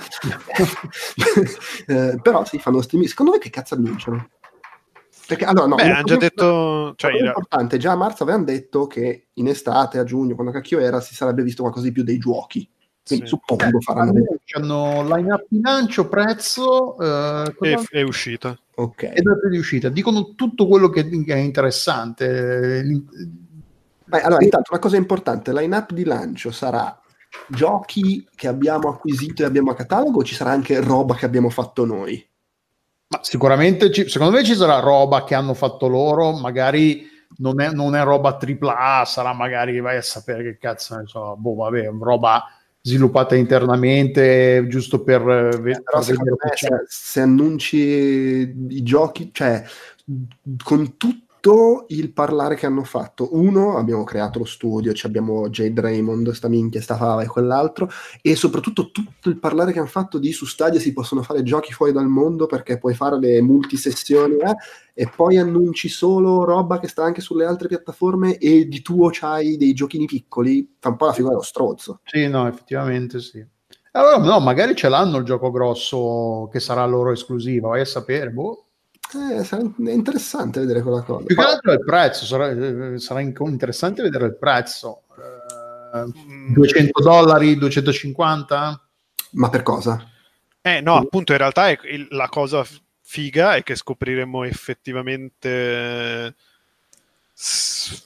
eh, però sì, fanno lo streaming. Secondo me che cazzo annunciano? Perché allora no, Beh, una hanno cosa- già detto, cioè, una cosa in- importante, già a marzo avevano detto che in estate, a giugno, quando cacchio era, si sarebbe visto qualcosa di più dei giochi. Quindi Sì. suppongo faranno vedere. Hanno line-up di lancio, prezzo eh, è, cosa- è uscita. Ok. e date di uscita. Dicono tutto quello che che è interessante. Beh, allora, intanto una cosa importante, line-up di lancio sarà giochi che abbiamo acquisito e abbiamo a catalogo o ci sarà anche roba che abbiamo fatto noi? Ma sicuramente, ci- secondo me ci sarà roba che hanno fatto loro, magari non è, non è roba tripla A, sarà magari, vai a sapere che cazzo ne so, boh, vabbè, roba sviluppata internamente, giusto per, eh, ve- Però per secondo vedere me che c'è. se, se annunci i giochi, cioè con tutto il parlare che hanno fatto, uno, abbiamo creato lo studio, ci abbiamo Jade Raymond, sta minchia, sta fava e quell'altro, e soprattutto tutto il parlare che hanno fatto di su Stadia si possono fare giochi fuori dal mondo perché puoi fare le multisessioni eh, e poi annunci solo roba che sta anche sulle altre piattaforme e di tuo c'hai dei giochini piccoli, fa un po' la figura dello strozzo. Sì, no, effettivamente sì. Allora, no, magari ce l'hanno il gioco grosso che sarà loro esclusiva, vai a sapere, boh. Eh, sarà- è interessante vedere quella cosa. Più che Poi- altro il prezzo, sarà, eh, sarà in- interessante vedere il prezzo. Eh, duecento dollari, duecentocinquanta? ma per cosa? Eh no, appunto in realtà è, il- la cosa f- figa è che scopriremo effettivamente s-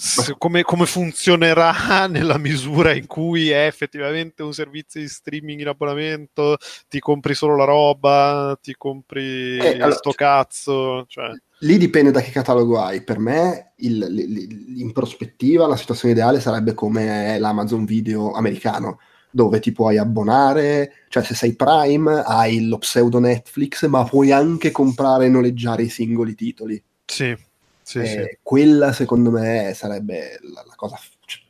se, come, come funzionerà nella misura in cui è effettivamente un servizio di streaming in abbonamento, ti compri solo la roba, ti compri eh, allora, sto cazzo, cioè. Lì dipende da che catalogo hai. Per me, il, il, in prospettiva, la situazione ideale sarebbe come l'Amazon Video americano, dove ti puoi abbonare, cioè se sei Prime hai lo pseudo Netflix, ma puoi anche comprare e noleggiare i singoli titoli. Sì, sì, eh, sì. Quella secondo me sarebbe la, la cosa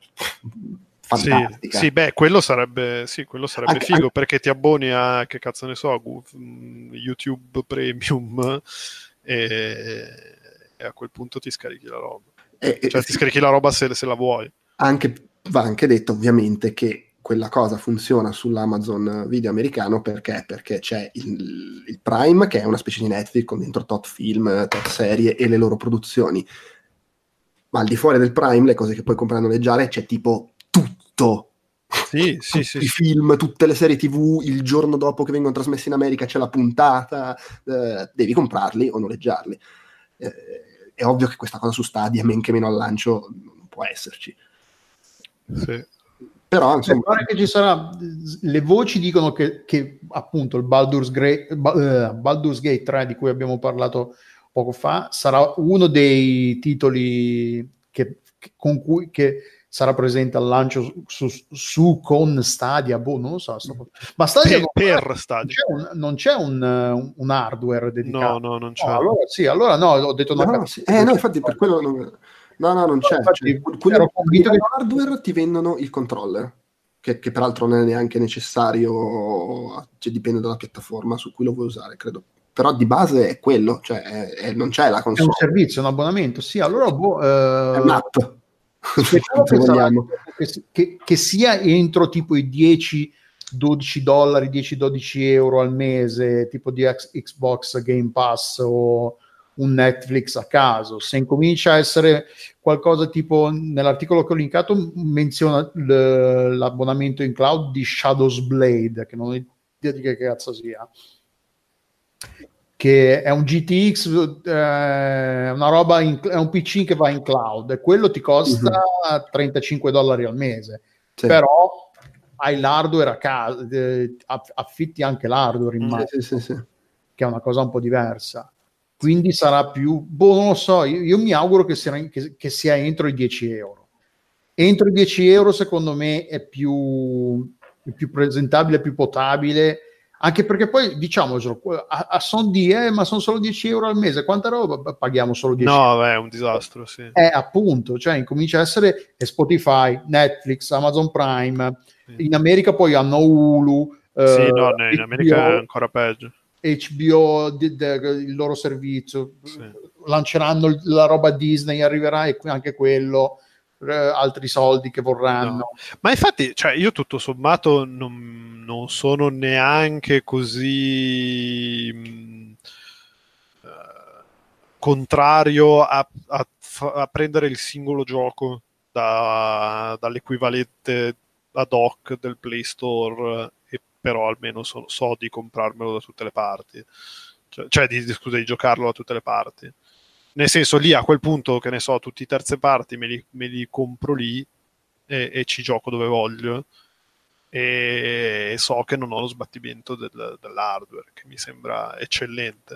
fantastica. Sì, sì, beh, quello sarebbe, sì, quello sarebbe Anche- figo, anche- perché ti abboni a, che cazzo ne so, Gu- mm, YouTube Premium e, e a quel punto ti scarichi la roba. eh, eh, Cioè sì. ti scarichi la roba se, se la vuoi. Anche, va anche detto ovviamente che quella cosa funziona sull'Amazon Video americano perché? Perché c'è il, il Prime, che è una specie di Netflix con dentro tot film, tot serie e le loro produzioni, ma al di fuori del Prime le cose che puoi comprare e noleggiare c'è tipo tutto. Sì, sì, Tutti sì, i sì. film, tutte le serie tivù, il giorno dopo che vengono trasmessi in America c'è la puntata, eh, devi comprarli o noleggiarli. Eh, è ovvio che questa cosa su Stadia, men che meno al lancio, non può esserci. Sì. Però insomma, Beh, pare che ci sarà, le voci dicono che, che appunto il Baldur's, Gra- uh, Baldur's Gate tre di cui abbiamo parlato poco fa sarà uno dei titoli che, che, con cui che sarà presente al lancio su, su, su con Stadia, boh, non lo so, sto... ma Stadia per, non, per Stadia. non c'è, un, non c'è un, un hardware dedicato. No, no, non c'è. No, allora sì, allora no, ho detto una no, cazzata. sì. Eh, no, infatti per quello non... No, no, non c'è. Infatti, Cioè, quelli ero convinto che che hardware ti vendono il controller, che, che peraltro non è neanche necessario, cioè dipende dalla piattaforma su cui lo vuoi usare, credo. Però di base è quello, cioè è, è, non c'è la è un console. servizio, un abbonamento, sì, allora boh, eh, È un'app. speriamo Se che, sarà, vogliamo. che, che, che sia entro tipo i dieci dodici dollari, dieci dodici euro al mese, tipo di Xbox Game Pass o un Netflix a caso. Se incomincia a essere qualcosa tipo, nell'articolo che ho linkato menziona l- l'abbonamento in cloud di Shadows Blade, che non ho idea di che cazzo sia, che è un G T X, eh, una roba in, è un P C che va in cloud e quello ti costa uh-huh. trentacinque dollari al mese, sì. Però hai l'hardware a casa, eh, affitti anche l'hardware in mano, sì, sì, sì, sì. che è una cosa un po' diversa, quindi sarà più, boh, non lo so, io, io mi auguro che sia, che, che sia entro i dieci euro. Entro i dieci euro secondo me è più, è più presentabile, più potabile, anche perché poi diciamocelo, a, a son di eh, ma sono solo dieci euro al mese, quanta roba paghiamo solo dieci no, euro? No, è un disastro, sì. È appunto, cioè incomincia a essere Spotify, Netflix, Amazon Prime, sì. In America poi hanno Hulu, sì, eh, no, in America H B O, è ancora peggio. H B O, de, de, il loro servizio, sì. Lanceranno la roba Disney, arriverà e anche quello, eh, altri soldi che vorranno. No. Ma infatti, cioè, io tutto sommato non, non sono neanche così mh, uh, contrario a, a, a prendere il singolo gioco da, dall'equivalente ad hoc del Play Store, e però almeno so, so di comprarmelo da tutte le parti, cioè, cioè di, di, scusa, di giocarlo da tutte le parti. Nel senso, lì a quel punto, che ne so, tutti i terze parti me li, me li compro lì e, e ci gioco dove voglio, e so che non ho lo sbattimento del, dell'hardware, che mi sembra eccellente.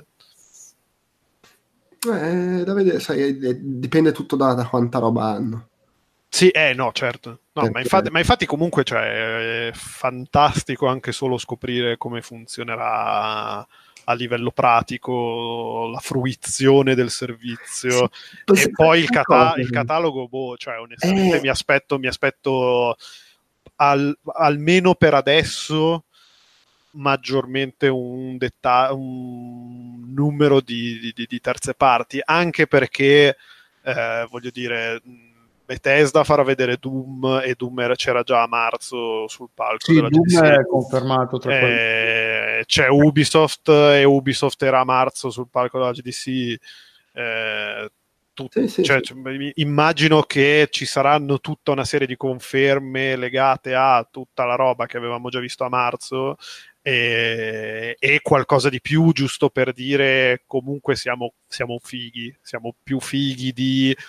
Eh, da vedere, sai, dipende tutto da, da quanta roba hanno. Sì, eh no, certo. No, Perché... ma, infatti, ma infatti comunque, cioè, è fantastico anche solo scoprire come funzionerà a livello pratico la fruizione del servizio, sì, e poi il, cata- il catalogo, boh, cioè onestamente eh... mi aspetto mi aspetto al, almeno per adesso maggiormente un, detta- un numero di, di, di terze parti, anche perché eh, voglio dire, Bethesda farà vedere Doom, e Doom c'era già a marzo sul palco, sì, della Doom G D C. È confermato tra eh, c'è Ubisoft, e Ubisoft era a marzo sul palco della G D C. eh, Tut- sì, sì, cioè, sì. Cioè, immagino che ci saranno tutta una serie di conferme legate a tutta la roba che avevamo già visto a marzo, e, e qualcosa di più, giusto per dire comunque siamo, siamo fighi, siamo più fighi di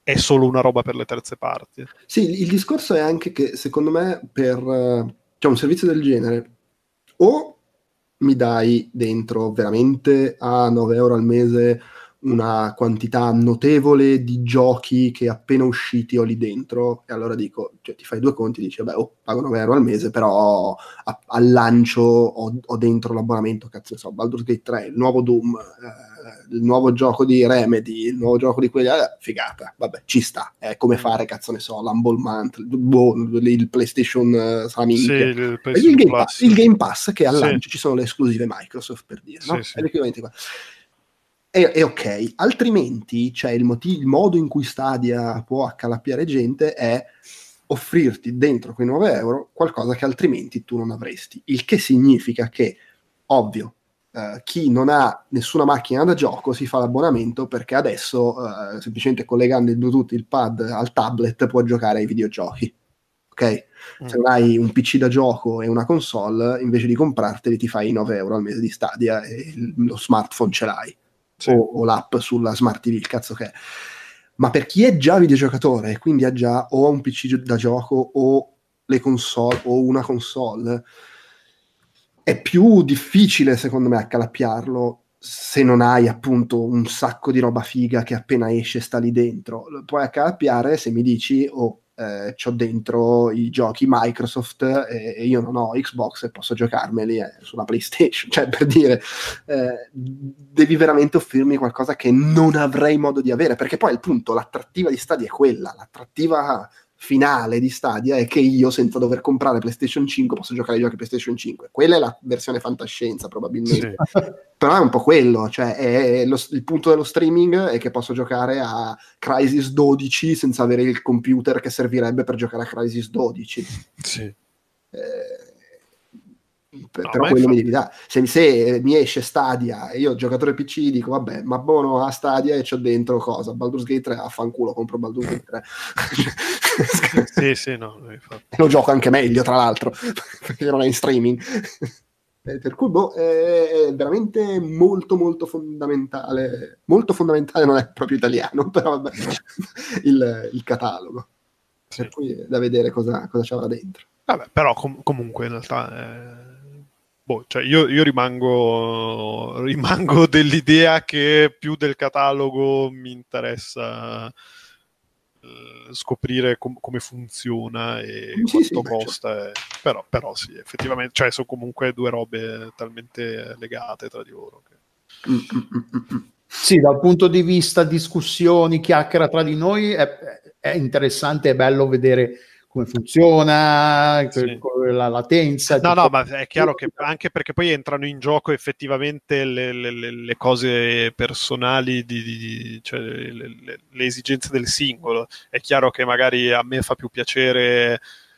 è solo una roba per le terze parti. Sì, il discorso è anche che secondo me per cioè, un servizio del genere o mi dai dentro veramente a nove euro al mese una quantità notevole di giochi che appena usciti ho lì dentro, e allora dico, cioè ti fai due conti e dici vabbè, oh, pago nove euro al mese, però a, al lancio ho, ho dentro l'abbonamento, cazzo ne so, Baldur's Gate tre, il nuovo Doom, eh, il nuovo gioco di Remedy, il nuovo gioco di quelli, eh, figata, vabbè, ci sta, è come fare, cazzo ne so, l'Humble Month, boh, il PlayStation uh, sì, il, il, PlayStation Game Plus. Pass, il Game Pass che al sì. lancio ci sono le esclusive Microsoft, per dire, no? Sì, sì. È l'equivalente qua. È, è ok, altrimenti cioè, il, motivo, il modo in cui Stadia può accalappiare gente è offrirti dentro quei nove euro qualcosa che altrimenti tu non avresti, il che significa che, ovvio, eh, chi non ha nessuna macchina da gioco si fa l'abbonamento perché adesso eh, semplicemente collegando il Bluetooth, il pad al tablet può giocare ai videogiochi, ok? Mm. Se non hai un P C da gioco e una console, invece di comprarteli ti fai nove euro al mese di Stadia e lo smartphone ce l'hai. Sì. O, o l'app sulla Smart T V, il cazzo che è. Ma per chi è già videogiocatore e quindi ha già o un P C da gioco o le console o una console, è più difficile secondo me accalappiarlo se non hai appunto un sacco di roba figa che appena esce sta lì dentro. Lo puoi accalappiare se mi dici oh, eh, c'ho dentro i giochi Microsoft e, e io non ho Xbox e posso giocarmeli eh, sulla PlayStation, cioè per dire eh, devi veramente offrirmi qualcosa che non avrei modo di avere, perché poi il punto, l'attrattiva di Stadia è quella, l'attrattiva finale di Stadia è che io senza dover comprare PlayStation cinque posso giocare ai giochi PlayStation cinque. Quella è la versione fantascienza probabilmente, sì. Però è un po' quello, cioè è lo, il punto dello streaming è che posso giocare a Crysis dodici senza avere il computer che servirebbe per giocare a Crysis dodici. Sì. Eh, per, no, però quello fa... mi devi dare. Se, se mi esce Stadia e io giocatore P C dico vabbè, ma buono a Stadia e c'ho dentro cosa? Baldur's Gate tre, affanculo, compro Baldur's Gate tre. Sì, sì, no, e lo gioco anche meglio tra l'altro perché non è in streaming. Per cui boh, è veramente molto molto fondamentale, molto fondamentale non è proprio italiano, però vabbè, il, il catalogo, sì. Per cui è da vedere cosa, cosa c'avrà dentro. Vabbè, però com- comunque in realtà eh, boh, cioè io, io rimango rimango dell'idea che più del catalogo mi interessa eh, scoprire com- come funziona e sì, quanto sì, costa, certo. e... però, però sì, effettivamente, cioè sono comunque due robe talmente legate tra di loro che... mm, mm, mm, mm. Sì, dal punto di vista discussioni, chiacchiera tra di noi è, è interessante, è bello vedere come funziona, sì. La latenza. No, no, ma è chiaro che anche perché poi entrano in gioco effettivamente le, le, le cose personali, di, di, cioè le, le, le esigenze del singolo. È chiaro che magari a me fa più piacere,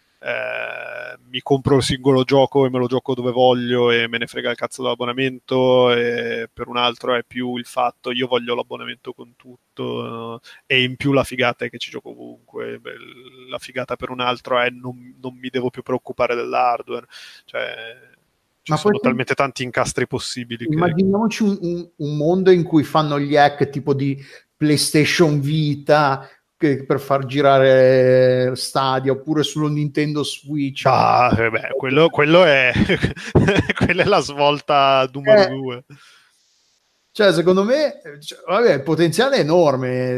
eh, mi compro il singolo gioco e me lo gioco dove voglio e me ne frega il cazzo dell'abbonamento, e per un altro è più il fatto io voglio l'abbonamento con tutto, eh, e in più la figata è che ci gioco ovunque. Beh, la figata per un altro è non, non mi devo più preoccupare dell'hardware, cioè ci ma sono poi, talmente tanti incastri possibili immaginiamoci che... un, un, un mondo in cui fanno gli hack tipo di PlayStation Vita per far girare Stadia, oppure sullo Nintendo Switch. Ah, eh beh, quello, quello è quella è la svolta numero eh, due. Cioè, secondo me, cioè, vabbè, il potenziale è enorme,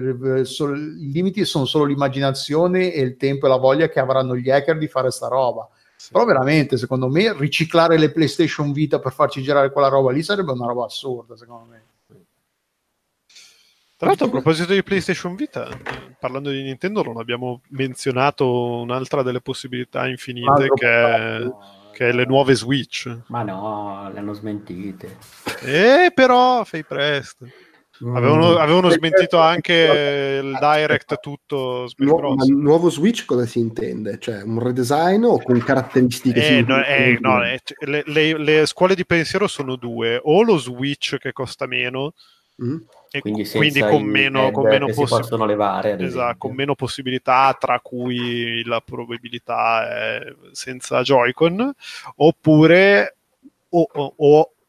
i limiti sono solo l'immaginazione e il tempo e la voglia che avranno gli hacker di fare sta roba. Sì. Però veramente, secondo me, riciclare le PlayStation Vita per farci girare quella roba lì sarebbe una roba assurda, secondo me. Tra l'altro, a proposito di PlayStation Vita, parlando di Nintendo, non abbiamo menzionato un'altra delle possibilità infinite che è, no, che è le nuove Switch. Ma no, le hanno smentite. Eh, però, fai presto. Mm. Avevano, avevano smentito anche il Direct tutto Smash Nu- Bros. Ma nuovo Switch cosa si intende? Cioè un redesign o con caratteristiche? Eh, no, eh, no, eh, le, le, le scuole di pensiero sono due: o lo Switch che costa meno, mm. e quindi, quindi con meno, con meno possi- si possono levare, ad esatto, con meno possibilità, tra cui la probabilità è senza Joy-Con, oppure o, o, o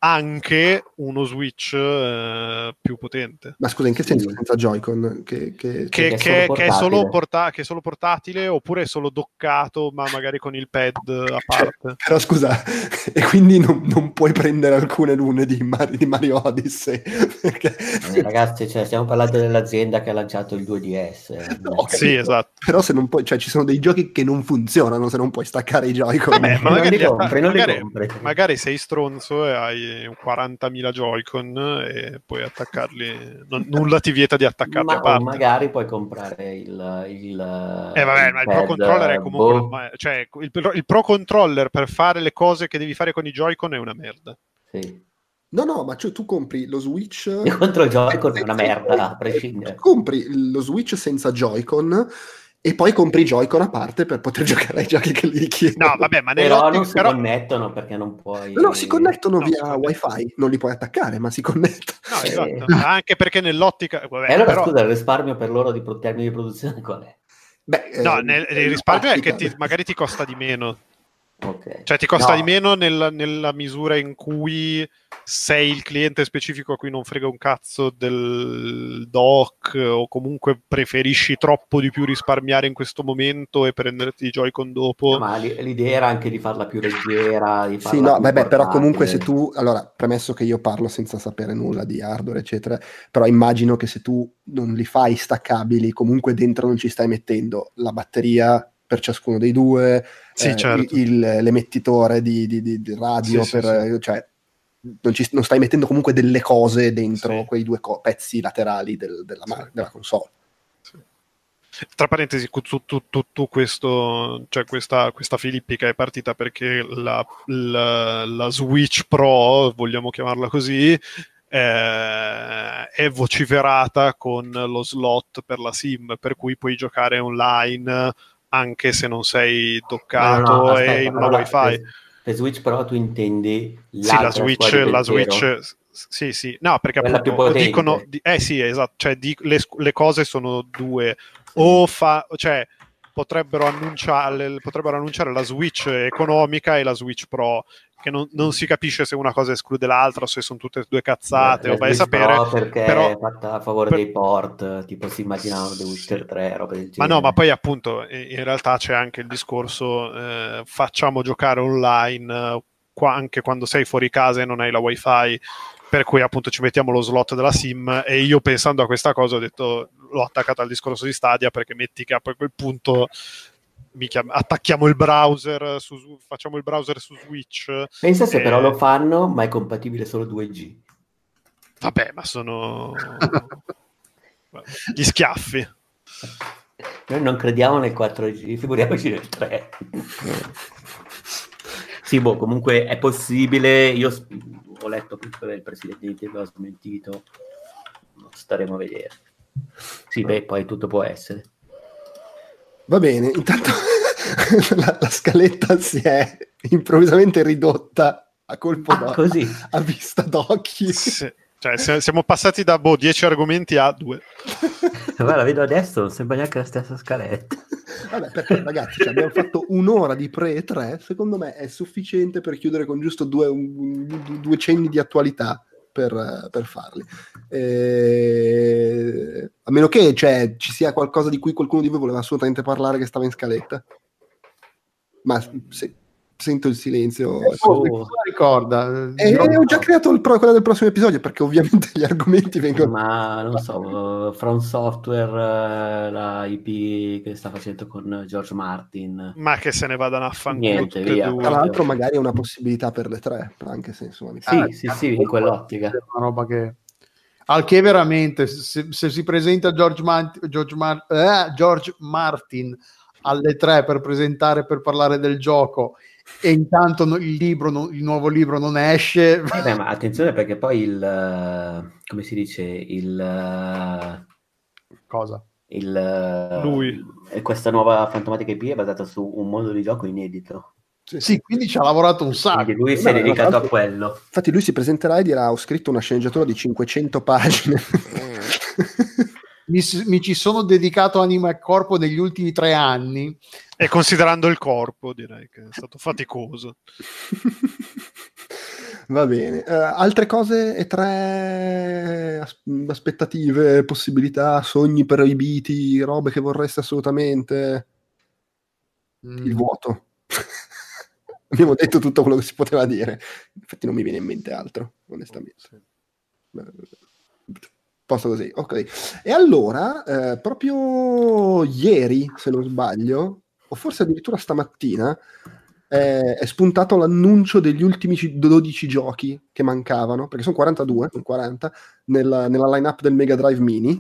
anche uno Switch eh, più potente. Ma scusa, in che senso Sì. senza Joy-Con? Che, che... Che, Perché è che- solo che è solo portatile. porta- che è solo portatile, oppure è solo doccato, ma magari con il pad a parte. Però scusa, e quindi non, non puoi prendere alcune lune di Mario, di Mario Odyssey? Perché... Eh, ragazzi, cioè, stiamo parlando dell'azienda che ha lanciato il due D S. eh. No, ho Sì, capito. esatto. Però se non puoi, cioè ci sono dei giochi che non funzionano se non puoi staccare i Joy-Con. Vabbè, ma non magari, li compri, non li magari- compri. magari sei stronzo e hai quarantamila Joy-Con e puoi attaccarli. non- nulla ti vieta di attaccarli Ma a o parte. magari puoi comprare il, il, Eh vabbè, il ma il Pro pad, Controller è comunque boh. una- cioè, il, il Pro Controller per fare le cose che devi fare con i Joy-Con è una merda. Sì. No, no, ma cioè, tu compri lo Switch... Io contro Joy-Con è una senza merda, Joy-Con. a prescindere. Tu compri lo Switch senza Joy-Con e poi compri i Joy-Con a parte per poter giocare ai giochi che li richiedono. No, vabbè, ma Però nell'ottica... non si però- connettono perché non puoi... No, no, si connettono No, si via connettono. Wi-Fi, non li puoi attaccare, ma si connettono. No, Eh. esatto. Anche perché nell'ottica... vabbè, E allora però- scusa, il risparmio per loro di pro- termini di produzione qual è? Beh, No, eh, nel, è il risparmio è che pratica. ti- magari ti costa di meno. Ok. Cioè ti costa No. di meno nel- nella misura in cui sei il cliente specifico a cui non frega un cazzo del dock, o comunque preferisci troppo di più risparmiare in questo momento e prenderti i Joy-Con dopo. No, ma l- l'idea era anche di farla più leggera, di farla Sì, no, più vabbè, però portatile. comunque se tu, allora, premesso che io parlo senza sapere nulla di hardware, eccetera, però immagino che se tu non li fai staccabili, comunque dentro non ci stai mettendo la batteria per ciascuno dei due, Sì, eh, certo. il- il- l'emettitore di, di- di- di radio, Sì, sì, per, cioè non, ci- non stai mettendo comunque delle cose dentro Sì. quei due co- pezzi laterali del- della, ma- Sì. della console. Tra parentesi, tu, tu, tu, tu questo, cioè questa, questa filippica è partita perché la, la, la Switch Pro, vogliamo chiamarla così, eh, è vociferata con lo slot per la SIM, per cui puoi giocare online anche se non sei doccato No, no, no, e aspetta, in una però la- wifi. per, per Switch Pro tu intendi Sì, la l'altra Switch, scuola di la pensiero? Switch, sì, sì, no, perché Quella appunto più potente. dicono, di- eh sì, esatto, cioè di- le, le cose sono due, o fa, cioè potrebbero annunciare, potrebbero annunciare la Switch economica e la Switch Pro, che non, non si capisce se una cosa esclude l'altra o se sono tutte e due cazzate, La o vai a Switch sapere, Pro perché però- è fatta a favore per- dei port, tipo si immaginavano The Witcher tre, roba del Ma genere. no, ma poi appunto in in realtà c'è anche il discorso eh, facciamo giocare online eh, qua- anche quando sei fuori casa e non hai la wifi, per cui appunto ci mettiamo lo slot della SIM, e io pensando a questa cosa ho detto, l'ho attaccata al discorso di Stadia, perché metti che a quel punto mi chiam- attacchiamo il browser su, facciamo il browser su Switch. Pensa se e- però lo fanno, ma è compatibile solo due G. Vabbè, ma sono gli schiaffi. Noi non crediamo nel quattro G, figuriamoci nel tre. Sì, boh, comunque è possibile. Io s- ho letto che il presidente di Nintendo ha smentito. Staremo a vedere. Sì, beh, poi tutto può essere. Va bene, intanto la, la scaletta si è improvvisamente ridotta a colpo Ah, d'occhio, così. a vista d'occhi. Sì. Cioè, se- siamo passati da boh, dieci argomenti a due. Guarda, la vedo adesso, non sembra neanche la stessa scaletta. Vabbè, perché ragazzi, cioè, abbiamo fatto un'ora di pre e tre, secondo me è sufficiente per chiudere con giusto due, un- un- due cenni di attualità per, eh, per farli. Eh, a meno che cioè, ci sia qualcosa di cui qualcuno di voi voleva assolutamente parlare che stava in scaletta. Ma se- sento il silenzio. Oh. Cosa ricorda? E ho già creato il pro- quella del prossimo episodio, perché ovviamente gli argomenti vengono... Ma non so, From Software, eh, la I P che sta facendo con George Martin. Ma che se ne vadano a fanculo Niente, tutte e via. due. Tra l'altro magari è una possibilità per le tre, anche se insomma mi Sì, sa- sì, sì, in quell'ottica. È una roba che... Al che veramente, se, se si presenta George, Man- George, Mar- eh, George Martin alle tre per presentare, per parlare del gioco, e intanto no- il libro, non- il nuovo libro non esce... Eh beh, ma attenzione perché poi il, eh, come si dice, il, eh, Cosa? il eh, Lui. e questa nuova fantomatica I P è basata su un mondo di gioco inedito. sì, Sì, quindi ci ha lavorato un sacco. Quindi lui si Beh, è no, dedicato tra a l'altro- quello. Infatti lui si presenterà e dirà: ho scritto una sceneggiatura di cinquecento pagine. Mi, s- mi ci sono dedicato anima e corpo negli ultimi tre anni. E considerando il corpo, direi che è stato faticoso. Va bene. Uh, altre cose e tre as- aspettative, possibilità, sogni proibiti, robe che vorreste assolutamente. Mm. Il vuoto. Abbiamo detto tutto quello che si poteva dire. Infatti non mi viene in mente altro, onestamente. Posto così, ok. E allora, eh, proprio ieri, se non sbaglio, o forse addirittura stamattina, eh, è spuntato l'annuncio degli ultimi ci- dodici giochi che mancavano, perché sono quarantadue, non quaranta, nella, nella line-up del Mega Drive Mini.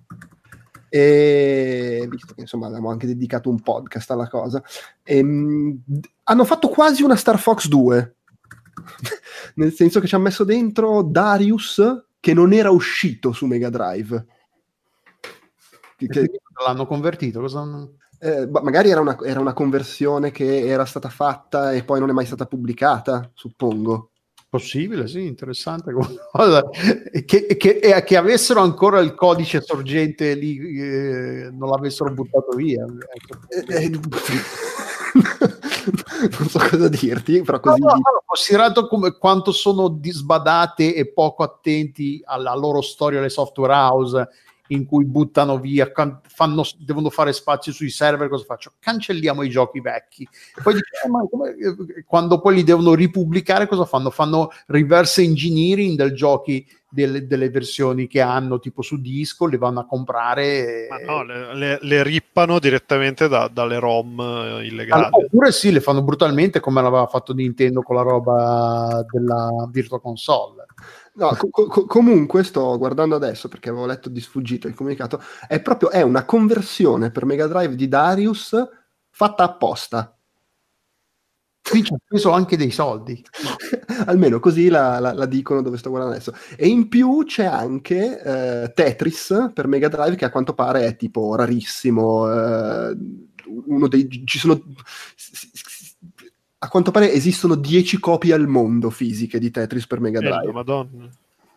E visto che insomma abbiamo anche dedicato un podcast alla cosa, ehm, hanno fatto quasi una Star Fox due, nel senso che ci ha messo dentro Darius che non era uscito su Mega Drive. Che, che, l'hanno convertito? Cosa hanno... eh, magari era una, era una conversione che era stata fatta e poi non è mai stata pubblicata, suppongo. Possibile, sì, interessante come cosa. Che, che, che avessero ancora il codice sorgente lì, eh, non l'avessero buttato via. Eh, eh, non so cosa dirti, però così... No, no, no, considerato come, quanto sono disbadate e poco attenti alla loro storia le software house, in cui buttano via, fanno, devono fare spazio sui server, cosa faccio? Cancelliamo i giochi vecchi. Poi dico, eh, ma come, quando poi li devono ripubblicare, cosa fanno? Fanno reverse engineering del giochi delle, delle versioni che hanno tipo su disco, le vanno a comprare. Ma no, le, le, le rippano direttamente da, dalle ROM illegali. Allora, oppure sì, le fanno brutalmente come l'aveva fatto Nintendo con la roba della Virtual Console. No, co- co- comunque sto guardando adesso perché avevo letto di sfuggito il comunicato, è proprio è una conversione per Mega Drive di Darius fatta apposta. Qui ci ha preso anche dei soldi. Almeno così la, la, la dicono dove sto guardando adesso. E in più c'è anche eh, Tetris per Mega Drive che a quanto pare è tipo rarissimo. Eh, uno dei... ci sono... A quanto pare esistono dieci copie al mondo fisiche di Tetris per Mega Drive. Eh, Madonna.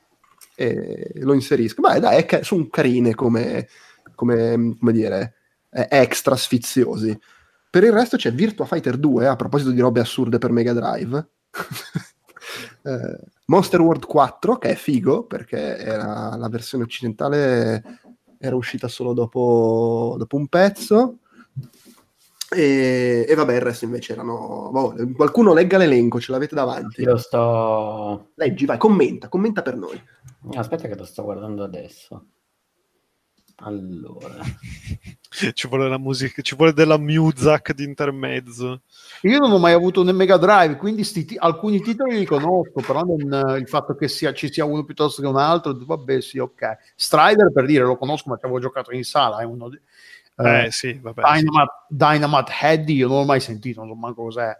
E lo inserisco. Beh, dai, ca- sono carine come, come, come dire, eh, extra sfiziosi. Per il resto c'è Virtua Fighter due, a proposito di robe assurde per Mega Drive. eh, Monster World quattro, che è figo, perché era la versione occidentale, era uscita solo dopo, dopo un pezzo. E, e vabbè, il resto invece erano... Boh, qualcuno legga l'elenco, ce l'avete davanti. Lo sto... Leggi, vai, commenta, commenta per noi. Aspetta che lo sto guardando adesso. Allora... Ci vuole la musica, ci vuole della music di intermezzo. Io non ho mai avuto un Mega Drive, quindi sti t- alcuni titoli li conosco, però non, il fatto che sia, ci sia uno piuttosto che un altro, vabbè sì, ok. Strider, per dire, lo conosco, ma ci avevo giocato in sala, è uno di... Eh, eh sì, vabbè. Dynamite, sì. Dynamite Heady, io non l'ho mai sentito, non so manco cos'è.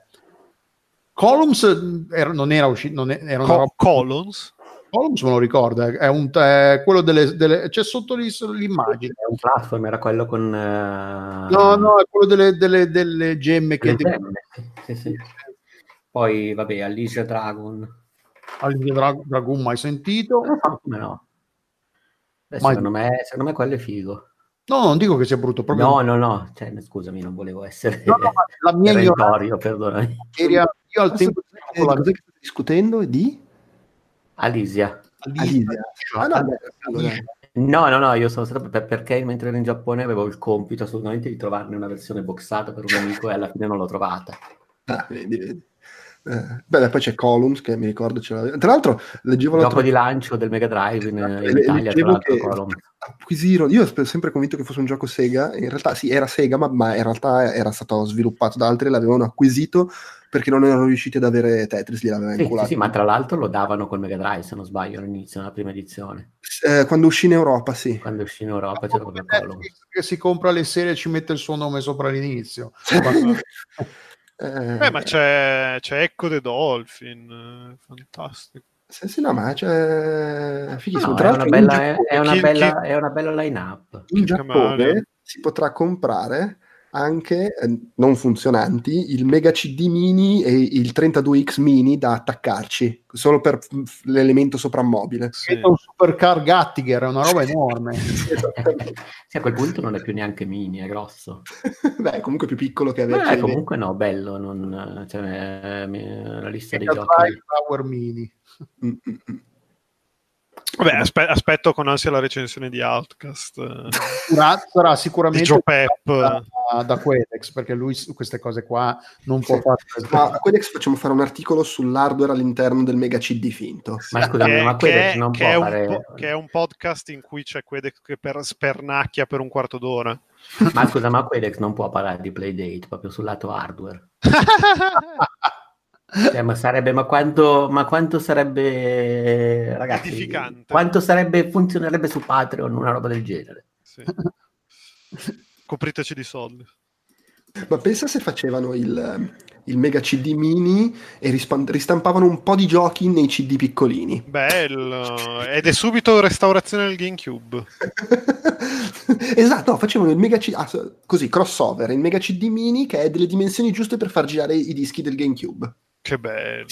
Columns era, non era uscito, non era una Co- roba... Columns? Columns me lo ricordo, è, un, è quello delle, delle... c'è sotto lì, l'immagine. È un platform, era quello con... Uh... No, no, è quello delle, delle, delle gemme che... Gemme. Sì, sì. Poi, vabbè, Alicia Dragon. Alicia Dra- Dragon mai sentito? No, come no? Beh, Mai... secondo, me, secondo me quello è figo. No, non dico che sia brutto. Proprio no, un... no, no, cioè, scusami, non volevo essere no, no, la mia perentorio, perdonami. Io al tempo eh, cosa che state discutendo di? Alisia. Alisia. Ah, no, beh, no, no, no, io sono stato per, perché mentre ero in Giappone avevo il compito assolutamente di trovarne una versione boxata per un amico e alla fine non l'ho trovata. Ah, vedi, vedi. Eh, beh, poi c'è Columns che mi ricordo ce l'aveva. Tra l'altro leggevo il l'altro... gioco di lancio del Mega Drive in, in Le, Italia tra l'altro che Columns. Acquisirono, io ero sempre convinto che fosse un gioco Sega, in realtà sì, era Sega, ma, ma in realtà era stato sviluppato da altri, l'avevano acquisito perché non erano riusciti ad avere Tetris, gliel'aveva sì, inculato. Sì, sì, ma tra l'altro lo davano col Mega Drive, se non sbaglio, all'inizio, nella prima edizione. Eh, quando uscì in Europa, sì. Quando uscì in Europa c'era proprio Columns. Che si compra le serie e ci mette il suo nome sopra l'inizio. Eh, Beh, ma c'è, c'è Echo the Dolphin, fantastico. Sì, sì, no, ma c'è fighissimo. No, Tra è, l'altro una bella, Giappone, è, una chi, bella, chi... è una bella line-up. In Giappone si potrà comprare anche eh, non funzionanti il Mega C D Mini e il trentadue X Mini da attaccarci solo per f- l'elemento soprammobile. Sì. È un supercar Gattiger, è una roba enorme. Sì, a quel punto non è più neanche mini, è grosso. Beh, è comunque più piccolo che Beh, averci comunque no, bello, non, cioè, eh, la lista dei Mega giochi. Drive Power Mini. Mm, mm, mm. Vabbè, aspe- aspetto con ansia la recensione di Outcast. Sarà, sarà sicuramente Di Joe Pep. da, da Quedex, perché lui su queste cose qua non può Sì. fare. Ma a Quedex facciamo fare un articolo sull'hardware all'interno del Mega C D finto. Ma scusami, Che, ma che Quedex è, non che può è un fare... po- che è un podcast in cui c'è Quedex che per spernacchia per un quarto d'ora. Ma scusa, ma Quedex non può parlare di Playdate proprio sul lato hardware. Cioè, ma sarebbe, ma quanto, ma quanto sarebbe, ragazzi, Edificante. quanto sarebbe, funzionerebbe su Patreon una roba del genere? Sì. Copriteci di soldi. Ma pensa se facevano il, il Mega C D Mini e rispan- ristampavano un po' di giochi nei C D piccolini. Bello. Ed è subito restaurazione del GameCube. Esatto, no, facevano il Mega C D, ah, così, crossover, il Mega C D Mini che è delle dimensioni giuste per far girare i dischi del GameCube. Che bello.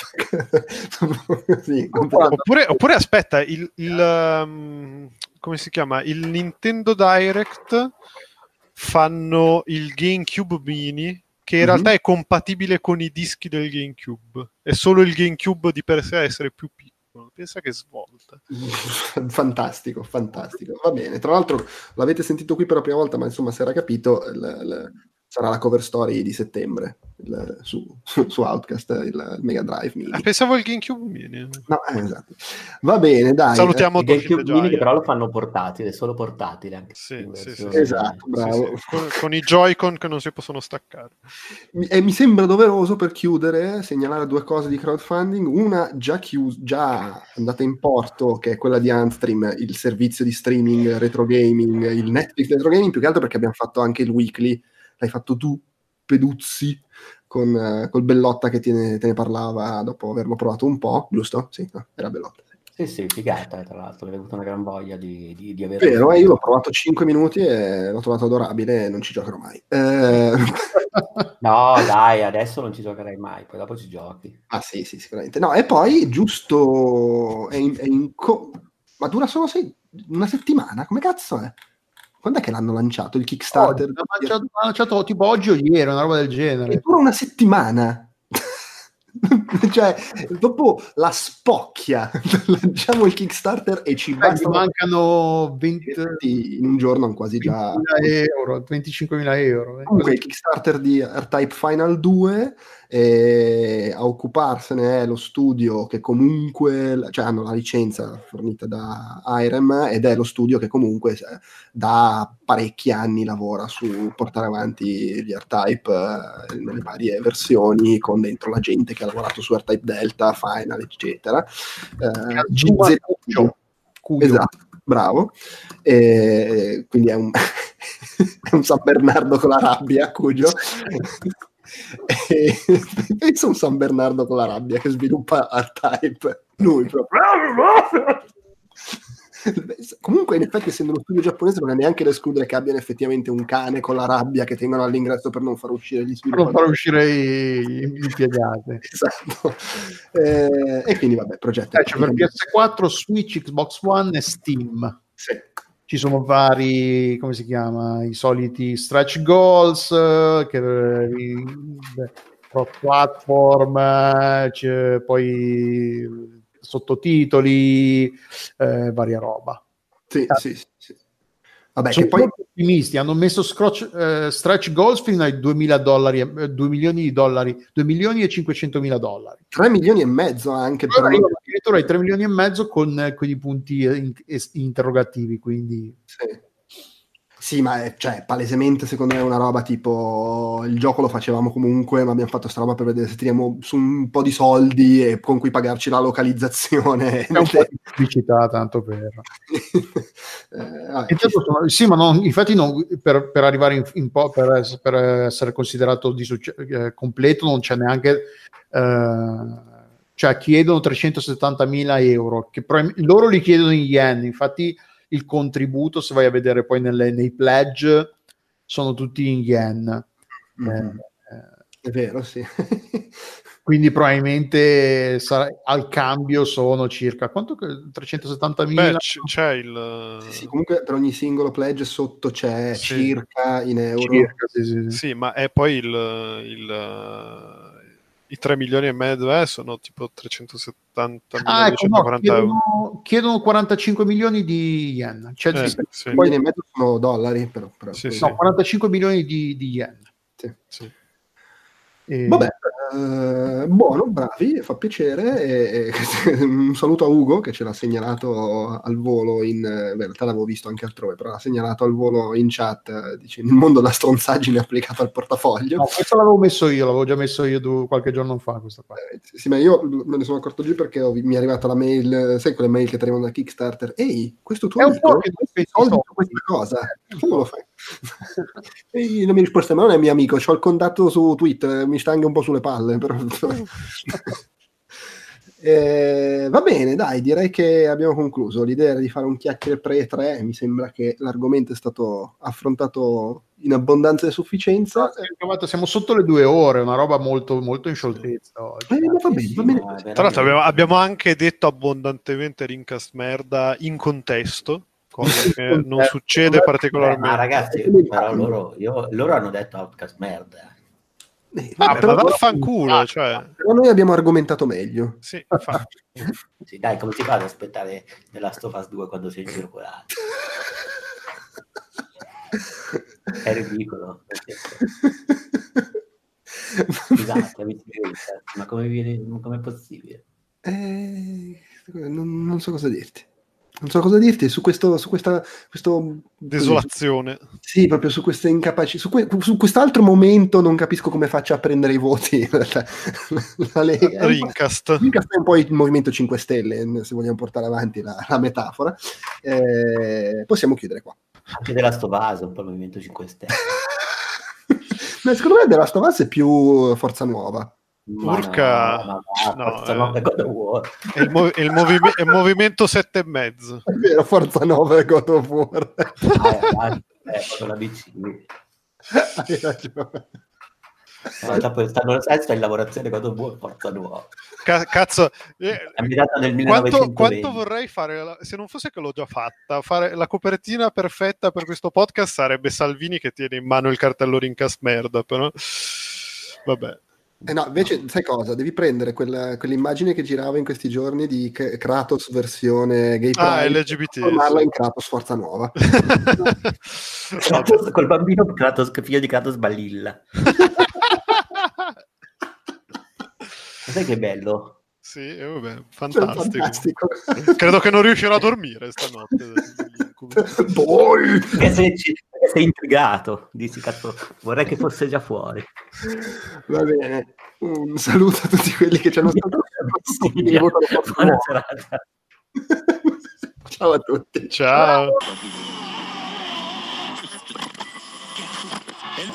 Sì, oppure, oppure aspetta, il, il um, come si chiama? Il Nintendo Direct fanno il GameCube Mini che in mm-hmm. realtà è compatibile con i dischi del GameCube. È solo il GameCube di per sé a essere più piccolo. Pensa che svolta. Fantastico, fantastico. Va bene. Tra l'altro l'avete sentito qui per la prima volta, ma insomma si era capito, il, il, sarà la cover story di settembre il, su, su, su Outcast, il, il Mega Drive Mini. Ah, pensavo il GameCube Mini. No, eh, esatto. Va bene, dai. Salutiamo il GameCube Mini che però lo fanno portatile, è solo portatile anche. Sì, sì, sì, esatto, bravo. Sì, sì. Con, con i Joy-Con che non si possono staccare. Mi, e mi sembra doveroso per chiudere segnalare due cose di crowdfunding. Una già chiusa, già andata in porto, che è quella di Unstream, il servizio di streaming retro gaming, il Netflix retro gaming, più che altro perché abbiamo fatto anche il weekly. L'hai fatto tu, Peduzzi, con uh, col Bellotta che te ne, te ne parlava dopo averlo provato un po', giusto? Sì, no, era Bellotta. Sì, sì, figata, tra l'altro, avevo avuto una gran voglia di, di, di avere... Vero, eh, io l'ho provato cinque minuti e l'ho trovato adorabile e non ci giocherò mai. Eh... No, dai, adesso non ci giocherai mai, poi dopo ci giochi. Ah sì, sì, sicuramente. No, e poi giusto... È in, è in co... Ma dura solo sei... una settimana? Come cazzo è? Quando è che l'hanno lanciato il Kickstarter? L'hanno lanciato, lanciato tipo oggi o ieri, una roba del genere. E dura una settimana. Cioè, dopo la spocchia lanciamo il Kickstarter e ci basta. Mancano venti in un giorno, hanno quasi già euro, venticinquemila euro. Comunque il Kickstarter di R-Type Final due, e a occuparsene è lo studio che comunque, cioè hanno la licenza fornita da Irem ed è lo studio che comunque da parecchi anni lavora su portare avanti gli R-Type eh, nelle varie versioni, con dentro la gente che ha lavorato su R-Type Delta, Final, eccetera. Eh, G Z esatto, bravo. E quindi è un, è un San Bernardo con la rabbia, Cugio. E, penso un San Bernardo con la rabbia che sviluppa R-Type. Lui proprio. Comunque in effetti, essendo uno studio giapponese, non è neanche da escludere che abbiano effettivamente un cane con la rabbia che tengono all'ingresso per non far uscire gli sviluppatori, per non far uscire i, i piegati. Esatto. Eh, e quindi vabbè, progetto eh, cioè per P S quattro, Switch, Xbox One e Steam. Sì. Ci sono vari, come si chiama, i soliti stretch goals, che cross platform, c'è poi sottotitoli, eh, varia roba. Sì, ah, sì, sì, sì. Vabbè, sono che poi ottimisti, hanno messo scroc- eh, stretch goals fino ai duemila dollari, eh, due milioni di dollari, due milioni e cinquecentomila dollari. tre milioni e mezzo anche per non... addirittura ai tre milioni e mezzo con eh, quei punti in- interrogativi, quindi sì. Sì, ma è, cioè, palesemente secondo me è una roba tipo il gioco lo facevamo comunque, ma abbiamo fatto sta roba per vedere se tiriamo su un po' di soldi e con cui pagarci la localizzazione. È un po' di pubblicità, tanto per... eh, vabbè, sono... Sì, ma non, infatti non, per, per arrivare in, in po', per, per essere considerato di succe- eh, completo non c'è neanche... Eh, cioè chiedono trecentosettantamila euro, che però, loro li chiedono in yen, infatti... il contributo, se vai a vedere poi nelle, nei pledge, sono tutti in yen. Mm-hmm. Eh, È vero, sì. Quindi probabilmente sarà, al cambio sono circa quanto? trecentosettantamila? Beh, c- c'è il... Sì, sì, comunque per ogni singolo pledge sotto c'è Sì. circa in euro. Circa, sì, sì, sì. Sì, ma è poi il, il i tre milioni e mezzo eh, sono tipo trecentosettantamila Ah, ecco, no, duecentoquaranta euro. chiedono, chiedono quarantacinque milioni di yen. Cioè, Eh, sì, sì. Poi in mezzo sono dollari, però. però Sì, poi- sì. no, quarantacinque milioni di, di yen. Sì. Sì. E... Vabbè, eh, buono, bravi, fa piacere. E, e, un saluto a Ugo che ce l'ha segnalato al volo. In, beh, in realtà l'avevo visto anche altrove, però l'ha segnalato al volo in chat. Dice: il mondo della stronzaggine applicato al portafoglio. No, questo l'avevo messo io, l'avevo già messo io due, qualche giorno fa. Questa qua. Eh, sì, ma io me ne sono accorto giù perché ho, mi è arrivata la mail, sai quelle mail che ti arrivano da Kickstarter? Ehi, questo tuo È un amico po' che non spendi soldi soldi. su questa cosa, come lo fai? E non mi risposta, ma non è mio amico, c'ho il contatto su Twitter, mi sta anche un po' sulle palle, però... Eh, va bene, dai, direi che abbiamo concluso. L'idea era di fare un chiacchiere pre tre e mi sembra che l'argomento è stato affrontato in abbondanza e sufficienza. No, siamo sotto le due ore, una roba molto, molto in scioltezza oggi. Eh, ma va bene, Sì, va bene. ma Tra l'altro abbiamo, veramente. abbiamo anche detto abbondantemente Rincast merda in contesto, cosa che non succede Eh, particolarmente. ma ragazzi, però loro, io- loro hanno detto Outcast merda. Eh, Vabbè, però, ma vaffanculo, cioè. però noi abbiamo argomentato meglio. Sì, fa- Sì, dai, come si fa ad aspettare The Last of Us due quando sei circolato? È ridicolo. Scusate, amici di Rincast, ma come viene, come è possibile? Eh, non, non so cosa dirti. Non so cosa dirti su questo, su questa questo, desolazione. così, sì, proprio su queste incapaci, su, que, su quest'altro momento non capisco come faccia a prendere i voti la, la Lega. Rincast. Rincast è un po' il Movimento cinque Stelle, se vogliamo portare avanti la, la metafora. Eh, possiamo chiudere qua. Anche The Last of Us, un po' il Movimento cinque Stelle. Ma secondo me The Last of Us è più Forza Nuova. Ma Urca, no, ma va, no, Forza eh. Nuova è God of War. È il, mov- è il movime- è il movimento sette e mezzo. È vero, Forza Nuova e God of War. Vai avanti, eh, con la B C. Hai ragione. No, dopo stanno sta in lavorazione God of War, Forza Nuova. Ca- cazzo, eh, Ambientata nel quanto, millenovecentoventi. quanto vorrei fare, la- se non fosse che l'ho già fatta, fare la copertina perfetta per questo podcast sarebbe Salvini che tiene in mano il cartello Rincast merda, però vabbè. Eh no, invece, sai cosa? Devi prendere quella, quell'immagine che girava in questi giorni di K- Kratos versione gay Ah, pride L G B T, e trasformarla sì. in Kratos Forza Nuova. Kratos, col bambino Kratos, figlio di Kratos Balilla. Sai che bello? Sì, eh, vabbè, Cioè, fantastico. fantastico. Credo che non riuscirò a dormire stanotte. Poi Perché sei, perché sei intrigato, dici cazzo, vorrei che fosse già fuori. va bene. Un saluto a tutti quelli che ci hanno ascoltato. Sì, buona serata. Ciao a tutti. Ciao. Ciao.